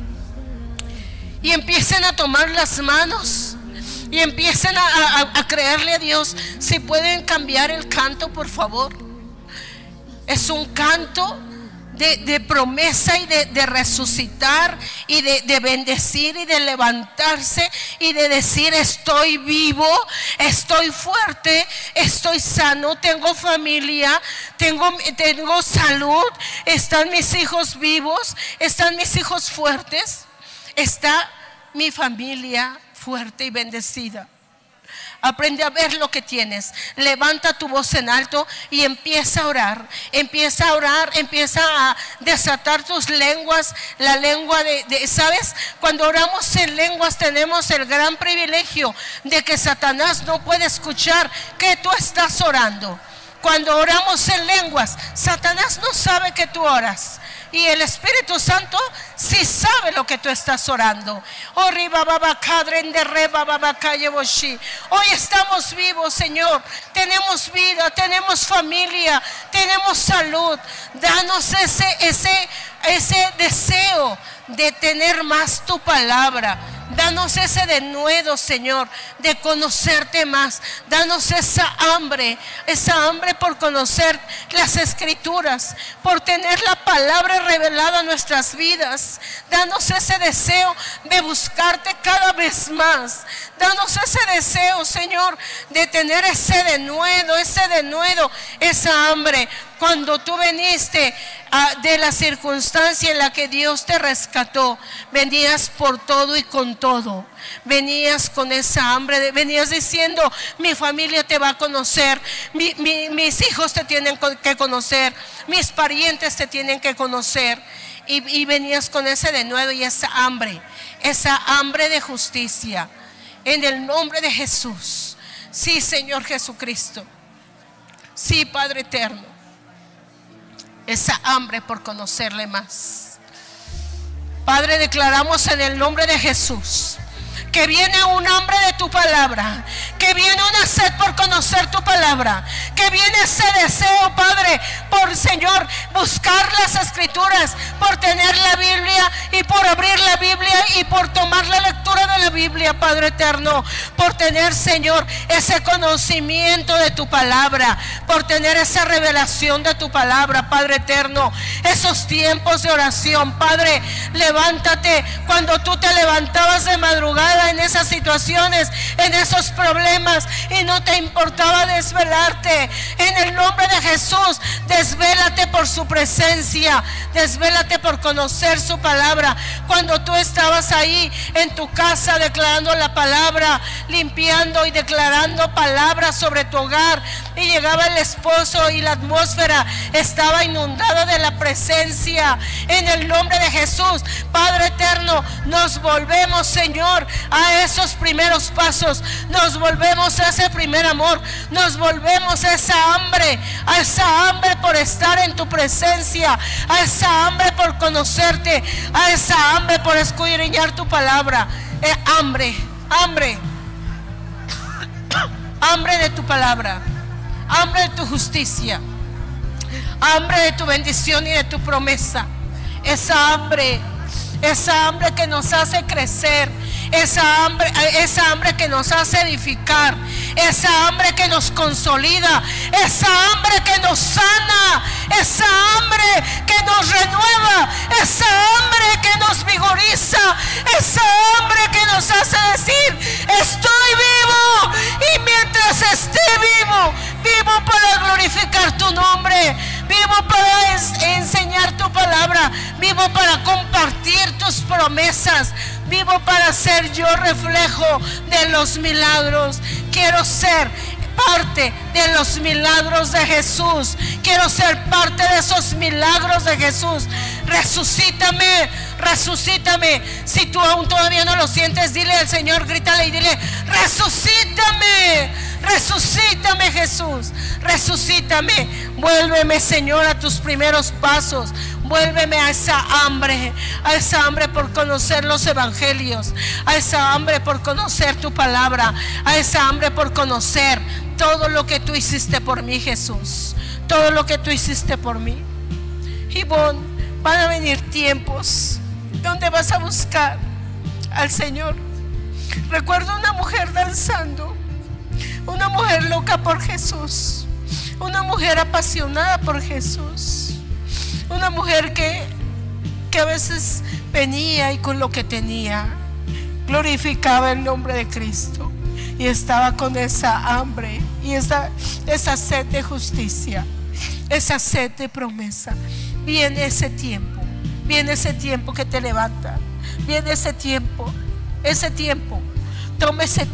Y empiecen a tomar las manos y empiecen a creerle a Dios. Si pueden cambiar el canto, por favor. Es un canto de promesa y de resucitar y de bendecir y de levantarse y de decir: estoy vivo, estoy fuerte, estoy sano, tengo familia, tengo salud, están mis hijos vivos, están mis hijos fuertes, está mi familia fuerte y bendecida. Aprende a ver lo que tienes. Levanta tu voz en alto y empieza a orar. Empieza a orar, empieza a desatar tus lenguas. La lengua ¿sabes? Cuando oramos en lenguas tenemos el gran privilegio de que Satanás no puede escuchar que tú estás orando. Cuando oramos en lenguas, Satanás no sabe que tú oras. Y el Espíritu Santo sí sabe lo que tú estás orando. Hoy estamos vivos, Señor. Tenemos vida, tenemos familia, tenemos salud. Danos ese deseo de tener más tu palabra, Danos ese denuedo, Señor, de conocerte más. Danos esa hambre por conocer las Escrituras, por tener la palabra revelada en nuestras vidas. Danos ese deseo de buscarte cada vez más. Danos ese deseo, Señor, de tener ese denuedo, esa hambre. Cuando tú viniste de la circunstancia en la que Dios te rescató, venías por todo y con todo. Venías con esa hambre, venías diciendo: mi familia te va a conocer, mis hijos te tienen que conocer, mis parientes te tienen que conocer. Y venías con ese denuedo y esa hambre de justicia. En el nombre de Jesús. Sí, Señor Jesucristo. Sí, Padre eterno. Esa hambre por conocerle más. Padre, declaramos en el nombre de Jesús que viene un hambre de tu palabra, que viene una sed por conocer tu palabra, que viene ese deseo, Padre, por, Señor, buscar las Escrituras, por tener la Biblia y por abrir la Biblia y por tomar la lectura de la Biblia, Padre eterno, por tener, Señor, ese conocimiento de tu palabra, por tener esa revelación de tu palabra, Padre eterno, esos tiempos de oración. Padre, levántate cuando tú te levantabas de madrugada en esas situaciones, en esos problemas, y no te importaba desvelarte. En el nombre de Jesús, desvélate por su presencia, desvélate por conocer su palabra. Cuando tú estabas ahí en tu casa declarando la palabra, limpiando y declarando palabras sobre tu hogar, y llegaba el esposo y la atmósfera estaba inundada de la presencia. En el nombre de Jesús, Padre eterno, nos volvemos, Señor, a esos primeros pasos, nos volvemos a ese primer amor, nos volvemos a esa hambre por estar en tu presencia, a esa hambre por conocerte, a esa hambre por escudriñar tu palabra. Hambre de tu palabra, hambre de tu justicia, hambre de tu bendición y de tu promesa. Esa hambre que nos hace crecer, esa hambre que nos hace edificar, esa hambre que nos consolida, esa hambre que nos sana, esa hambre que nos renueva, esa hambre que nos vigoriza, esa hambre que nos hace decir: estoy vivo, y mientras esté vivo para glorificar tu nombre, vivo para enseñar tu palabra, vivo para compartir tus promesas, vivo para ser yo reflejo de los milagros. Quiero ser parte de los milagros de Jesús. Quiero ser parte de esos milagros de Jesús. Resucítame. Si tú aún todavía no lo sientes, dile al Señor, grítale y dile: resucítame, Jesús, resucítame. Vuélveme, Señor, a tus primeros pasos. Vuélveme a esa hambre por conocer los evangelios, a esa hambre por conocer tu palabra, a esa hambre por conocer todo lo que tú hiciste por mí, Jesús, todo lo que tú hiciste por mí. Y van a venir tiempos donde vas a buscar al Señor. Recuerdo una mujer danzando, una mujer loca por Jesús, una mujer apasionada por Jesús, una mujer que a veces venía y con lo que tenía glorificaba el nombre de Cristo, y estaba con esa hambre y esa sed de justicia, esa sed de promesa. Viene ese tiempo que te levanta, viene ese tiempo. Toma ese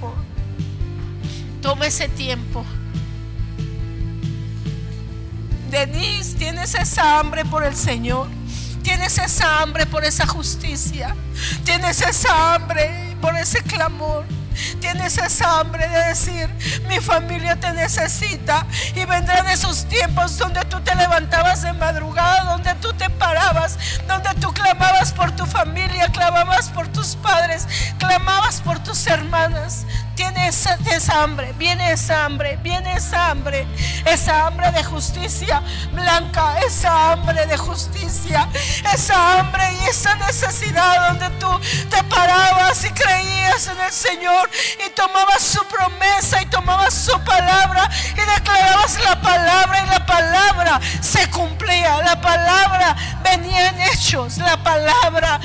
tiempo. Denise, tienes esa hambre por el Señor, tienes esa hambre por esa justicia, tienes esa hambre por ese clamor, tienes esa hambre de decir: mi familia te necesita. Y vendrán esos tiempos donde tú te levantabas de madrugada, donde tú te parabas, donde tú clamabas por tu familia, clamabas por tus padres, clamabas por tus hermanas. viene esa hambre, viene esa hambre, viene esa hambre de justicia blanca, esa hambre de justicia, esa hambre y esa necesidad donde tú te parabas y creías en el Señor y tomabas su promesa y tomabas su palabra y declarabas la palabra, y la palabra se cumplía, la palabra venía en hechos, la palabra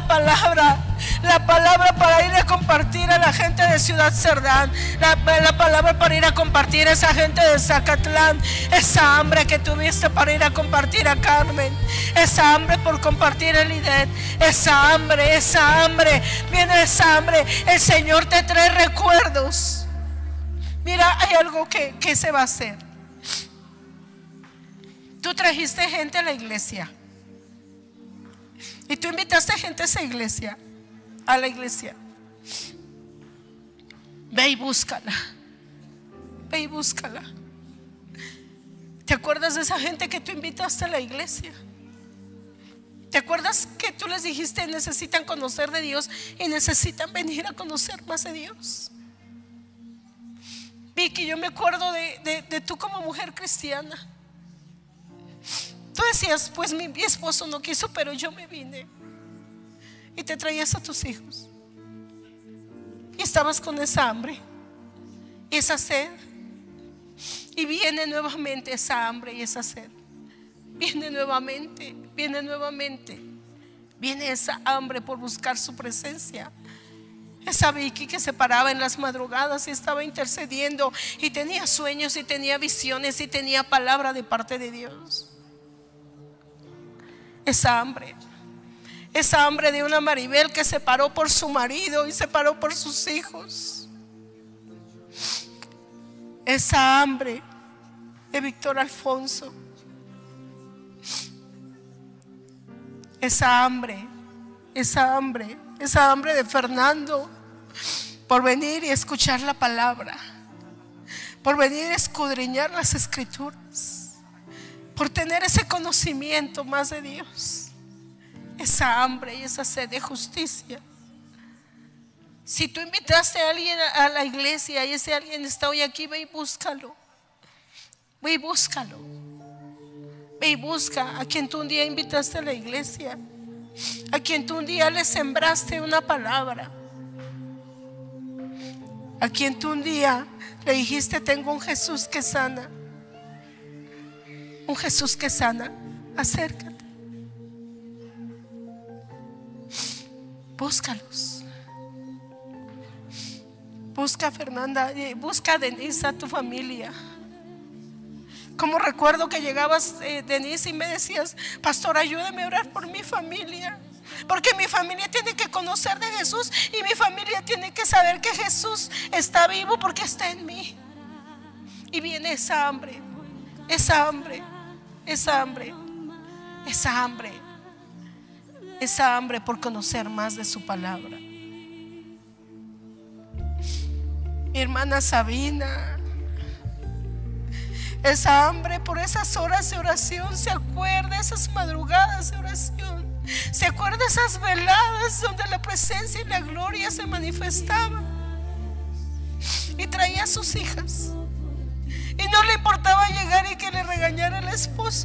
para ir a compartir a la gente de Ciudad Cerdán, la palabra para ir a compartir a esa gente de Zacatlán, esa hambre que tuviste para ir a compartir a Carmen, esa hambre por compartir a Lidet, esa hambre, viene esa hambre. El Señor te trae recuerdos. Mira, hay algo que se va a hacer. Tú trajiste gente a la iglesia y tú invitaste gente a esa iglesia, a la iglesia. Ve y búscala. Ve y búscala. ¿Te acuerdas de esa gente que tú invitaste a la iglesia? ¿Te acuerdas que tú les dijiste necesitan conocer de Dios y necesitan venir a conocer más de Dios? Vicky, yo me acuerdo de tú como mujer cristiana. Tú decías, pues mi esposo no quiso, pero yo me vine. Y te traías a tus hijos. Y estabas con esa hambre, esa sed. Y viene nuevamente esa hambre y esa sed. Viene nuevamente. Viene esa hambre por buscar su presencia. Esa Vicky que se paraba en las madrugadas y estaba intercediendo y tenía sueños y tenía visiones y tenía palabra de parte de Dios. Esa hambre de una Maribel que se paró por su marido y se paró por sus hijos. Esa hambre de Víctor Alfonso. Esa hambre de Fernando por venir y escuchar la palabra, por venir a escudriñar las escrituras, por tener ese conocimiento más de Dios. Esa hambre y esa sed de justicia. Si tú invitaste a alguien a la iglesia y ese alguien está hoy aquí, ve y búscalo. Ve y búscalo. Ve y busca a quien tú un día invitaste a la iglesia, a quien tú un día le sembraste una palabra, a quien tú un día le dijiste tengo un Jesús que sana. Un Jesús que sana. Acércate. Búscalos. Busca a Fernanda, busca a Denise, a tu familia. Como recuerdo que llegabas, Denise, y me decías, pastor, ayúdame a orar por mi familia, porque mi familia tiene que conocer de Jesús y mi familia tiene que saber que Jesús está vivo porque está en mí. Y viene esa hambre por conocer más de su palabra. Mi hermana Sabina, esa hambre por esas horas de oración, se acuerda esas madrugadas de oración, se acuerda esas veladas donde la presencia y la gloria se manifestaban, y traía a sus hijas y no le importaba llegar y que le regañara el esposo.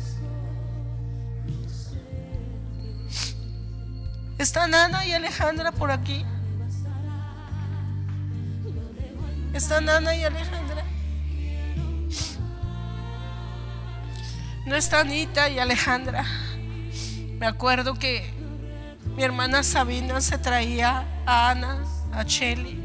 Están Ana y Alejandra por aquí. Están Ana y Alejandra. No está Anita y Alejandra. Me acuerdo que mi hermana Sabina se traía a Ana, a Cheli,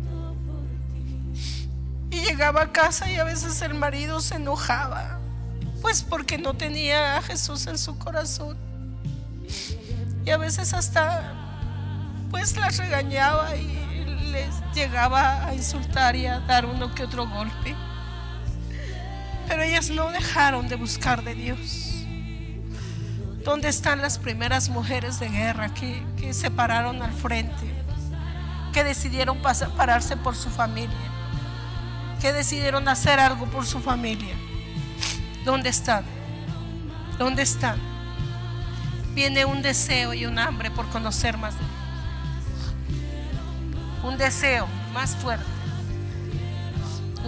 y llegaba a casa y a veces el marido se enojaba, pues porque no tenía a Jesús en su corazón, y a veces hasta pues las regañaba y les llegaba a insultar y a dar uno que otro golpe. Pero ellas no dejaron de buscar de Dios. ¿Dónde están las primeras mujeres de guerra que se pararon al frente, que decidieron pararse por su familia, que decidieron hacer algo por su familia? ¿Dónde están? ¿Dónde están? Viene un deseo y un hambre por conocer más de Dios. Un deseo más fuerte.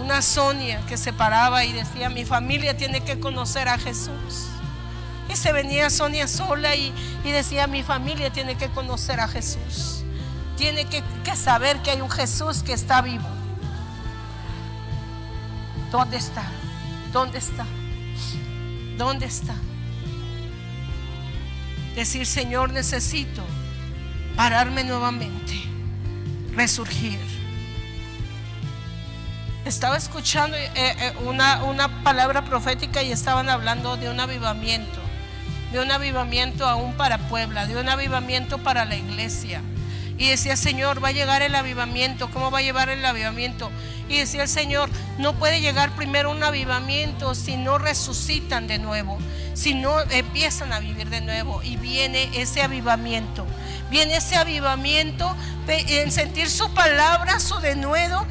una Sonia que se paraba y decía: mi familia tiene que conocer a Jesús. Y se venía Sonia sola y decía: mi familia tiene que conocer a Jesús. Tiene que saber que hay un Jesús que está vivo. ¿Dónde está? ¿Dónde está? ¿Dónde está? Decir: Señor, necesito pararme nuevamente, resurgir. Estaba escuchando una palabra profética y estaban hablando de un avivamiento aún para Puebla, de un avivamiento para la iglesia. Y decía: Señor, va a llegar el avivamiento. ¿Cómo va a llegar el avivamiento? Y decía el Señor: no puede llegar primero un avivamiento si no resucitan de nuevo, si no empiezan a vivir de nuevo. Y viene ese avivamiento. Viene ese avivamiento en sentir su palabra, su denuedo.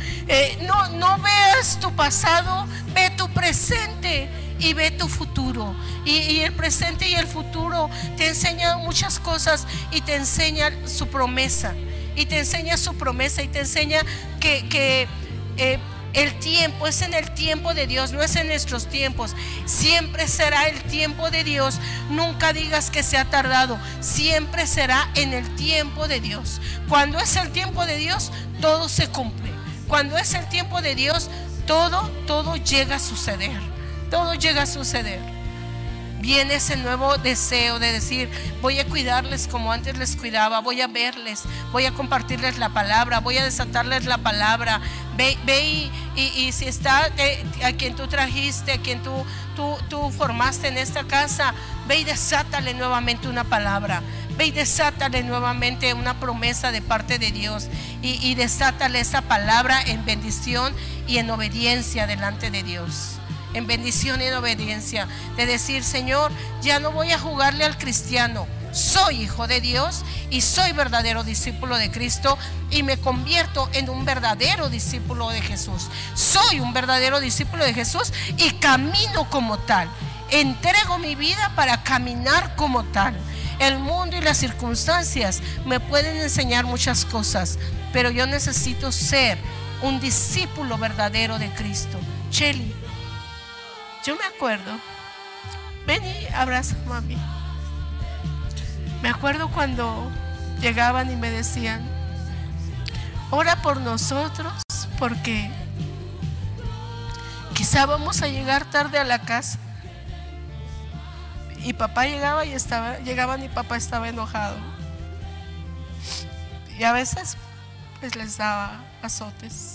No veas tu pasado, ve tu presente y ve tu futuro. Y el presente y el futuro te enseñan muchas cosas y te enseña su promesa. Y te enseña su promesa y te enseña que el tiempo es en el tiempo de Dios, no es en nuestros tiempos. Siempre será el tiempo de Dios. Nunca digas que se ha tardado. Siempre será en el tiempo de Dios. Cuando es el tiempo de Dios, todo se cumple. Cuando es el tiempo de Dios, todo llega a suceder. Todo llega a suceder. Viene ese nuevo deseo de decir: voy a cuidarles como antes les cuidaba, voy a verles, voy a compartirles la palabra, voy a desatarles la palabra. Ve y si está a quien tú trajiste, a quien tú formaste en esta casa, ve y desátale nuevamente una palabra. Ve y desátale nuevamente una promesa de parte de Dios y desátale esa palabra en bendición y en obediencia delante de Dios. En bendición y en obediencia, de decir: Señor, ya no voy a jugarle al cristiano. Soy hijo de Dios y soy verdadero discípulo de Cristo y me convierto en un verdadero discípulo de Jesús. Soy un verdadero discípulo de Jesús y camino como tal. Entrego mi vida para caminar como tal. El mundo y las circunstancias me pueden enseñar muchas cosas, pero yo necesito ser un discípulo verdadero de Cristo. Cheli, yo me acuerdo, ven y abraza a mami. Me acuerdo cuando llegaban y me decían: ora por nosotros porque quizá vamos a llegar tarde a la casa. Y papá llegaban y papá estaba enojado. Y a veces pues les daba azotes.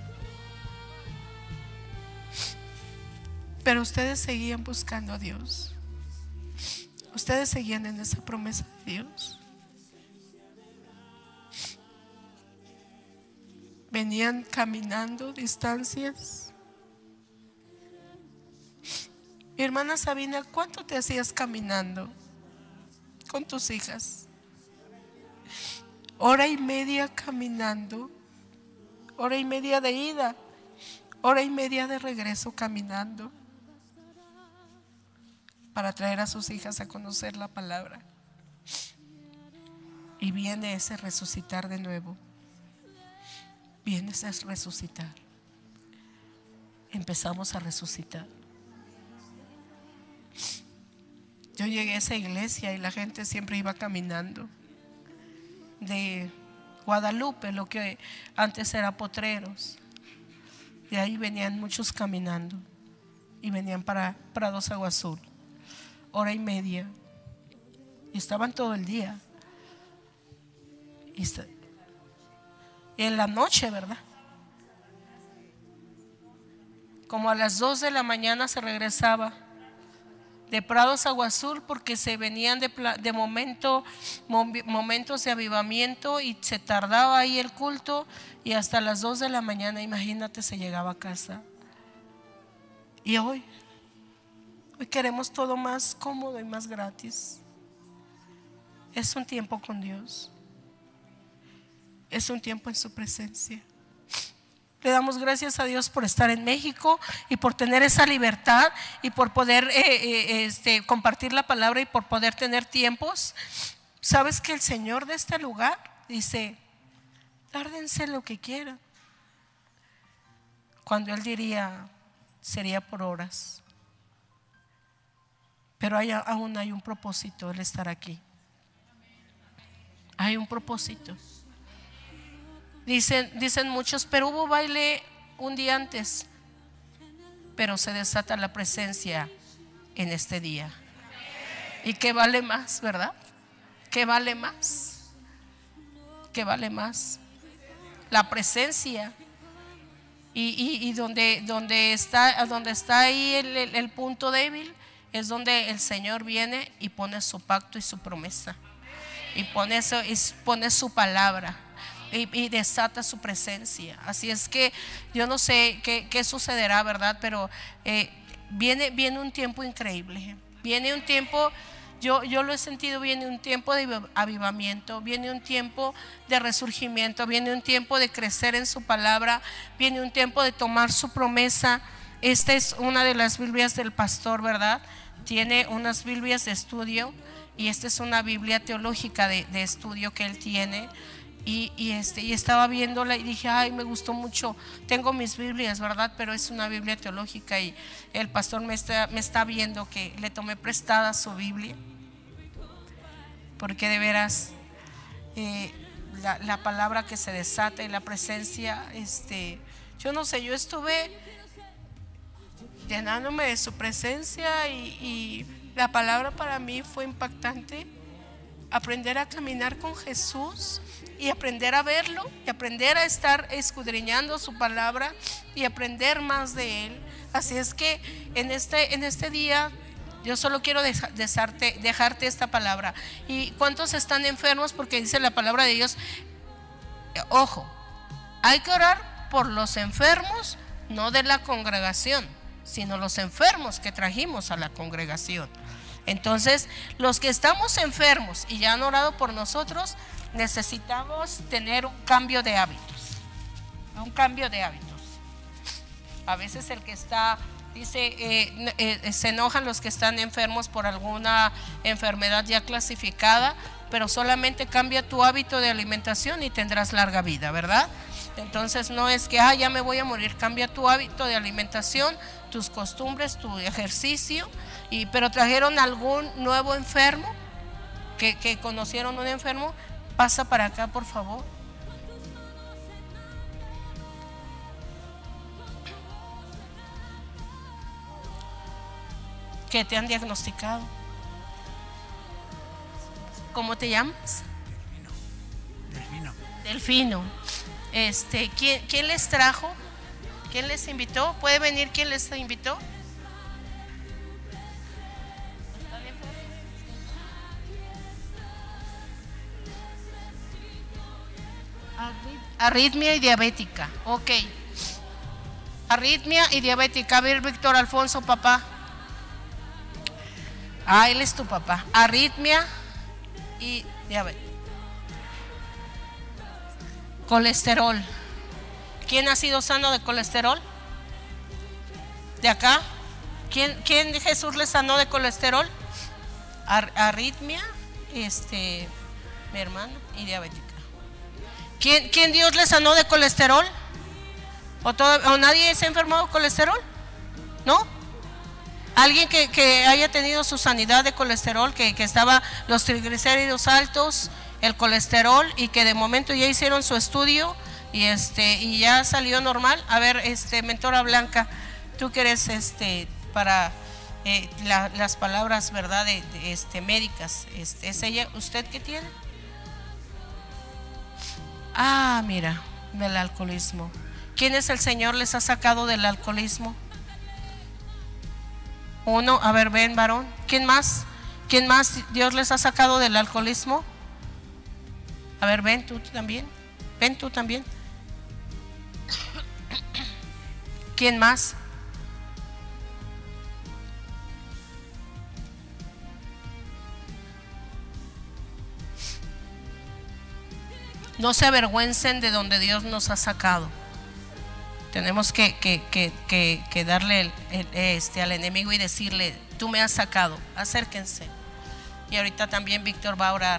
Pero ustedes seguían buscando a Dios. Ustedes seguían en esa promesa de Dios. Venían caminando distancias. Mi hermana Sabina, ¿cuánto te hacías caminando con tus hijas? 1:30 caminando. 1:30 de ida, 1:30 de regreso caminando, para traer a sus hijas a conocer la palabra. Y viene ese resucitar de nuevo. Viene ese resucitar. Empezamos a resucitar. Yo llegué a esa iglesia y la gente siempre iba caminando de Guadalupe, lo que antes era Potreros. De ahí venían muchos caminando y venían para Prados Agua Azul. 1:30 y estaban todo el día y en la noche, ¿verdad? Como a las 2 de la mañana se regresaba de Prados Agua Azul, porque se venían de momentos de avivamiento y se tardaba ahí el culto, y hasta las 2 de la mañana, imagínate, se llegaba a casa. Y hoy queremos todo más cómodo y más gratis. Es un tiempo con Dios. Es un tiempo en su presencia. Le damos gracias a Dios por estar en México y por tener esa libertad y por poder compartir la palabra y por poder tener tiempos. ¿Sabes que el Señor de este lugar dice: tárdense lo que quieran? cuando Él diría, sería por horas. Pero aún hay un propósito el estar aquí. Hay un propósito. Dicen muchos, pero hubo baile un día antes. Pero se desata la presencia en este día. ¿Y qué vale más, verdad? ¿Qué vale más? ¿Qué vale más? La presencia. Y donde está ahí el punto débil, es donde el Señor viene y pone su pacto y su promesa. Y pone su palabra. Y desata su presencia. Así es que yo no sé qué sucederá, ¿verdad? Pero viene un tiempo increíble. Viene un tiempo, yo lo he sentido, viene un tiempo de avivamiento, viene un tiempo de resurgimiento, viene un tiempo de crecer en su palabra, viene un tiempo de tomar su promesa. Esta es una de las Biblias del pastor, ¿verdad? Tiene unas Biblias de estudio y esta es una Biblia teológica de estudio que él tiene. Y estaba viéndola y dije, ay, me gustó mucho. Tengo mis Biblias, ¿verdad? Pero es una Biblia teológica y el pastor me está viendo que le tomé prestada su Biblia, porque de veras la palabra que se desata y la presencia, yo no sé, yo estuve llenándome de su presencia y la palabra para mí fue impactante. Aprender a caminar con Jesús y aprender a verlo y aprender a estar escudriñando su palabra y aprender más de Él. Así es que en este día yo solo quiero dejarte esta palabra. ¿Y cuántos están enfermos? Porque dice la palabra de Dios, ojo, hay que orar por los enfermos, no de la congregación, sino los enfermos que trajimos a la congregación. Entonces, los que estamos enfermos y ya han orado por nosotros, necesitamos tener un cambio de hábitos. Un cambio de hábitos. A veces el que está, dice, se enojan los que están enfermos por alguna enfermedad ya clasificada, pero solamente cambia tu hábito de alimentación y tendrás larga vida, ¿verdad? Entonces no es que ya me voy a morir, cambia tu hábito de alimentación, tus costumbres, tu ejercicio. Pero trajeron algún nuevo enfermo, que conocieron un enfermo. Pasa para acá, por favor. ¿Qué te han diagnosticado? ¿Cómo te llamas? Delfino. ¿Quién les trajo? ¿Quién les invitó? ¿Puede venir quien les invitó? Arritmia y diabética. Ok. Arritmia y diabética. A ver, Víctor Alfonso, papá. Él es tu papá. Arritmia y diabetes. Colesterol. ¿Quién ha sido sano de colesterol? ¿De acá? ¿Quién Jesús le sanó de colesterol? Arritmia, mi hermano, y diabética. ¿Quién Dios le sanó de colesterol? ¿O nadie se ha enfermado de colesterol? ¿No? Alguien que haya tenido su sanidad de colesterol, que estaba los triglicéridos altos, el colesterol, y que de momento ya hicieron su estudio y ya salió normal. A ver, mentora Blanca, tú que eres para las palabras, ¿verdad? Médicas, ¿es ella? ¿Usted qué tiene? Mira, del alcoholismo. ¿Quién es el Señor les ha sacado del alcoholismo? Uno, a ver, ven, varón. ¿Quién más? ¿Quién más Dios les ha sacado del alcoholismo? A ver, ven tú también. Ven tú también. ¿Quién más? No se avergüencen de donde Dios nos ha sacado. Tenemos que darle al enemigo y decirle, tú me has sacado, acérquense. Y ahorita también Víctor va a orar.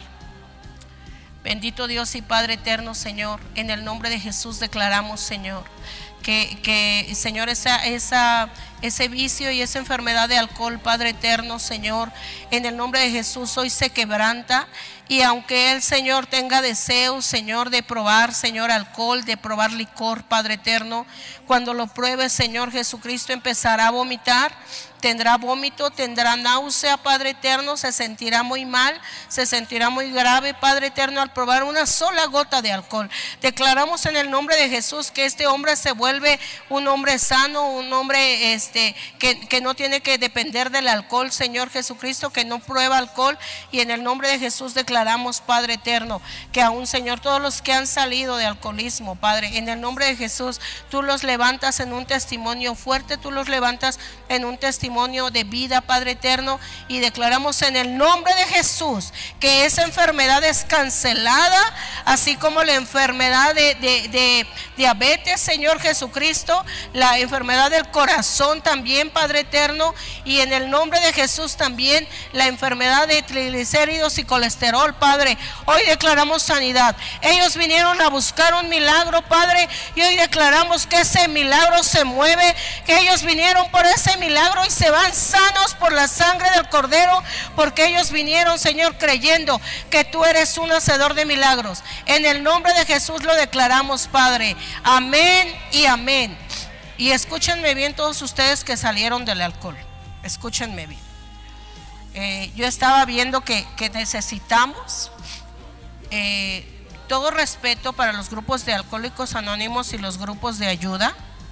Bendito Dios y Padre eterno, Señor, en el nombre de Jesús declaramos, Señor, que Señor, ese vicio y esa enfermedad de alcohol, Padre eterno, Señor, en el nombre de Jesús hoy se quebranta. Y aunque él, Señor, tenga deseos, Señor, de probar, Señor, alcohol, de probar licor, Padre eterno, cuando lo pruebe, Señor Jesucristo, empezará a vomitar. Tendrá vómito, tendrá náusea, Padre eterno, se sentirá muy mal, se sentirá muy grave, Padre eterno, al probar una sola gota de alcohol. Declaramos en el nombre de Jesús que este hombre se vuelve un hombre sano, un hombre que no tiene que depender del alcohol, Señor Jesucristo, que no prueba alcohol. Y en el nombre de Jesús declaramos, Padre eterno, que aún, Señor, todos los que han salido de alcoholismo, Padre, en el nombre de Jesús, tú los levantas en un testimonio fuerte, tú los levantas en un testimonio de vida, Padre eterno, y declaramos en el nombre de Jesús que esa enfermedad es cancelada, así como la enfermedad de diabetes, Señor Jesucristo, la enfermedad del corazón también, Padre eterno, y en el nombre de Jesús también la enfermedad de triglicéridos y colesterol, Padre. Hoy declaramos sanidad. Ellos vinieron a buscar un milagro, Padre, y hoy declaramos que ese milagro se mueve, que ellos vinieron por ese milagro y se van sanos por la sangre del Cordero, porque ellos vinieron, Señor, creyendo que tú eres un hacedor de milagros. En el nombre de Jesús lo declaramos, Padre. Amén y amén. Y escúchenme bien todos ustedes que salieron del alcohol. Escúchenme bien. Yo estaba viendo que necesitamos todo respeto para los grupos de alcohólicos anónimos y los grupos de ayuda.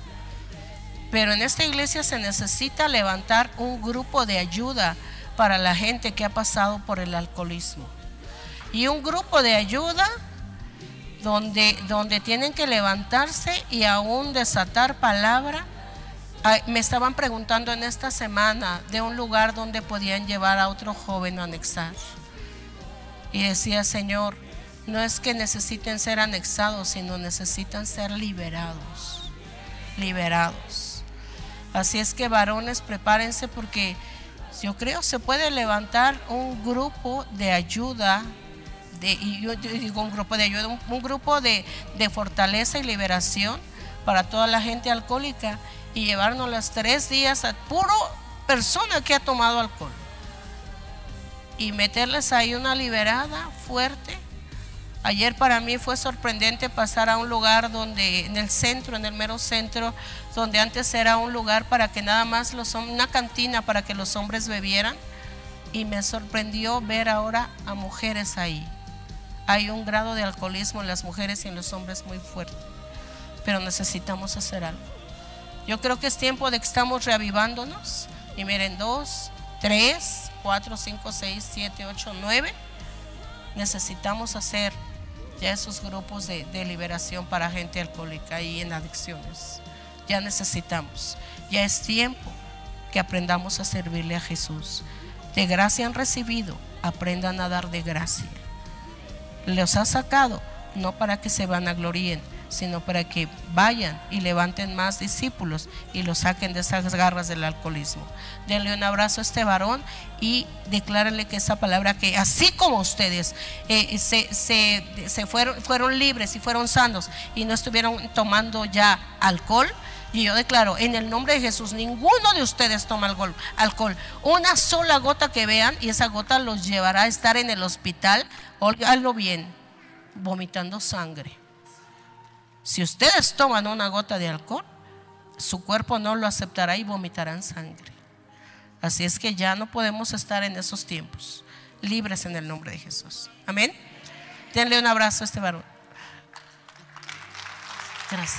Pero en esta iglesia se necesita levantar un grupo de ayuda para la gente que ha pasado por el alcoholismo. Y un grupo de ayuda donde tienen que levantarse y aún desatar palabra. Me estaban preguntando en esta semana de un lugar donde podían llevar a otro joven a anexar. Y decía, Señor, no es que necesiten ser anexados, sino necesitan ser liberados. Liberados. Así es que, varones, prepárense, porque yo creo se puede levantar un grupo de ayuda, y yo digo un grupo de ayuda, un grupo de fortaleza y liberación para toda la gente alcohólica, y llevarnos los 3 días a puro persona que ha tomado alcohol y meterles ahí una liberada fuerte. Ayer para mí fue sorprendente pasar a un lugar donde, en el centro, en el mero centro, donde antes era un lugar para que nada más una cantina para que los hombres bebieran, y me sorprendió ver ahora a mujeres ahí. Hay un grado de alcoholismo en las mujeres y en los hombres muy fuerte, pero necesitamos hacer algo. Yo creo que es tiempo de que estamos reavivándonos, y miren, 2, 3, 4, 5, 6, 7, 8, 9, necesitamos hacer ya esos grupos de liberación para gente alcohólica y en adicciones. Ya necesitamos, ya es tiempo que aprendamos a servirle a Jesús. De gracia han recibido, aprendan a dar de gracia. Los ha sacado no para que se vanagloríen, sino para que vayan y levanten más discípulos y los saquen de esas garras del alcoholismo. Denle un abrazo a este varón y declárenle que esa palabra, que así como ustedes se fueron libres y fueron sanos y no estuvieron tomando ya alcohol, y yo declaro en el nombre de Jesús, ninguno de ustedes toma alcohol. Una sola gota que vean, y esa gota los llevará a estar en el hospital, óiganlo bien, vomitando sangre. Si ustedes toman una gota de alcohol, su cuerpo no lo aceptará y vomitarán sangre. Así es que ya no podemos estar en esos tiempos. Libres en el nombre de Jesús. Amén. Denle un abrazo a este varón. Gracias.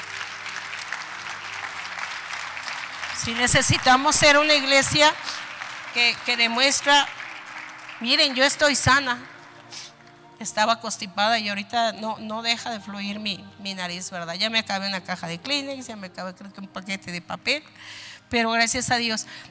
Si necesitamos ser una iglesia que demuestra, miren, yo estoy sana. Estaba constipada y ahorita no deja de fluir mi nariz, ¿verdad? Ya me acabé una caja de Kleenex, ya me acabé creo que un paquete de papel, pero gracias a Dios.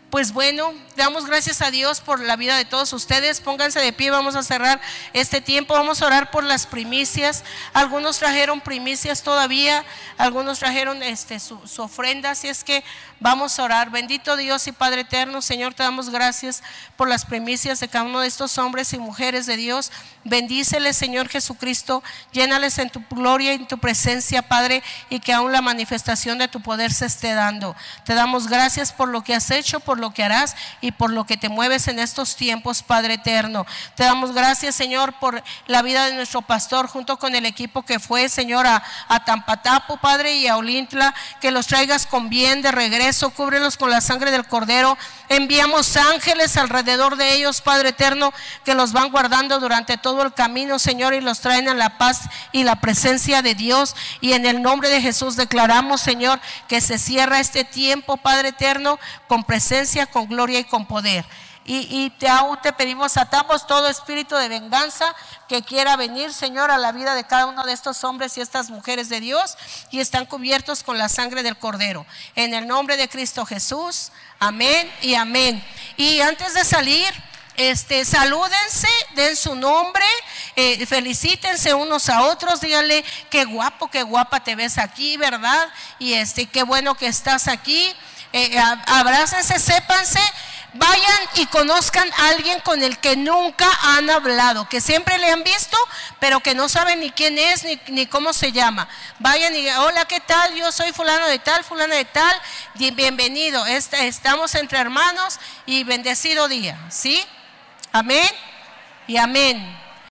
Pues bueno, damos gracias a Dios por la vida de todos ustedes. Pónganse de pie, vamos a cerrar este tiempo. Vamos a orar por las primicias. Algunos trajeron primicias todavía, algunos trajeron su ofrenda, así es que vamos a orar. Bendito Dios y Padre eterno, Señor, te damos gracias por las primicias de cada uno de estos hombres y mujeres de Dios. Bendíceles, Señor Jesucristo, llénales en tu gloria y en tu presencia, Padre, y que aún la manifestación de tu poder se esté dando. Te damos gracias por lo que has hecho, por lo que harás y por lo que te mueves en estos tiempos, Padre eterno. Te damos gracias, Señor, por la vida de nuestro pastor junto con el equipo que fue, Señor, a Tampatapo, Padre, y a Olintla, que los traigas con bien de regreso, cúbrelos con la sangre del Cordero. Enviamos ángeles alrededor de ellos, Padre eterno, que los van guardando durante todo el camino, Señor, y los traen a la paz y la presencia de Dios. Y en el nombre de Jesús declaramos, Señor, que se cierra este tiempo, Padre eterno, con presencia, con gloria y con poder. Y te pedimos, atamos todo espíritu de venganza que quiera venir, Señor, a la vida de cada uno de estos hombres y estas mujeres de Dios, y están cubiertos con la sangre del Cordero. En el nombre de Cristo Jesús, amén y amén. Y antes de salir, salúdense, den su nombre, felicítense unos a otros, díganle qué guapo, qué guapa te ves aquí, ¿verdad? Y qué bueno que estás aquí. Abrácense, sépanse, vayan y conozcan a alguien con el que nunca han hablado, que siempre le han visto, pero que no saben ni quién es ni cómo se llama. Vayan y hola, ¿qué tal? Yo soy fulano de tal, fulana de tal, bienvenido. Estamos entre hermanos y bendecido día, ¿sí? Amén y amén.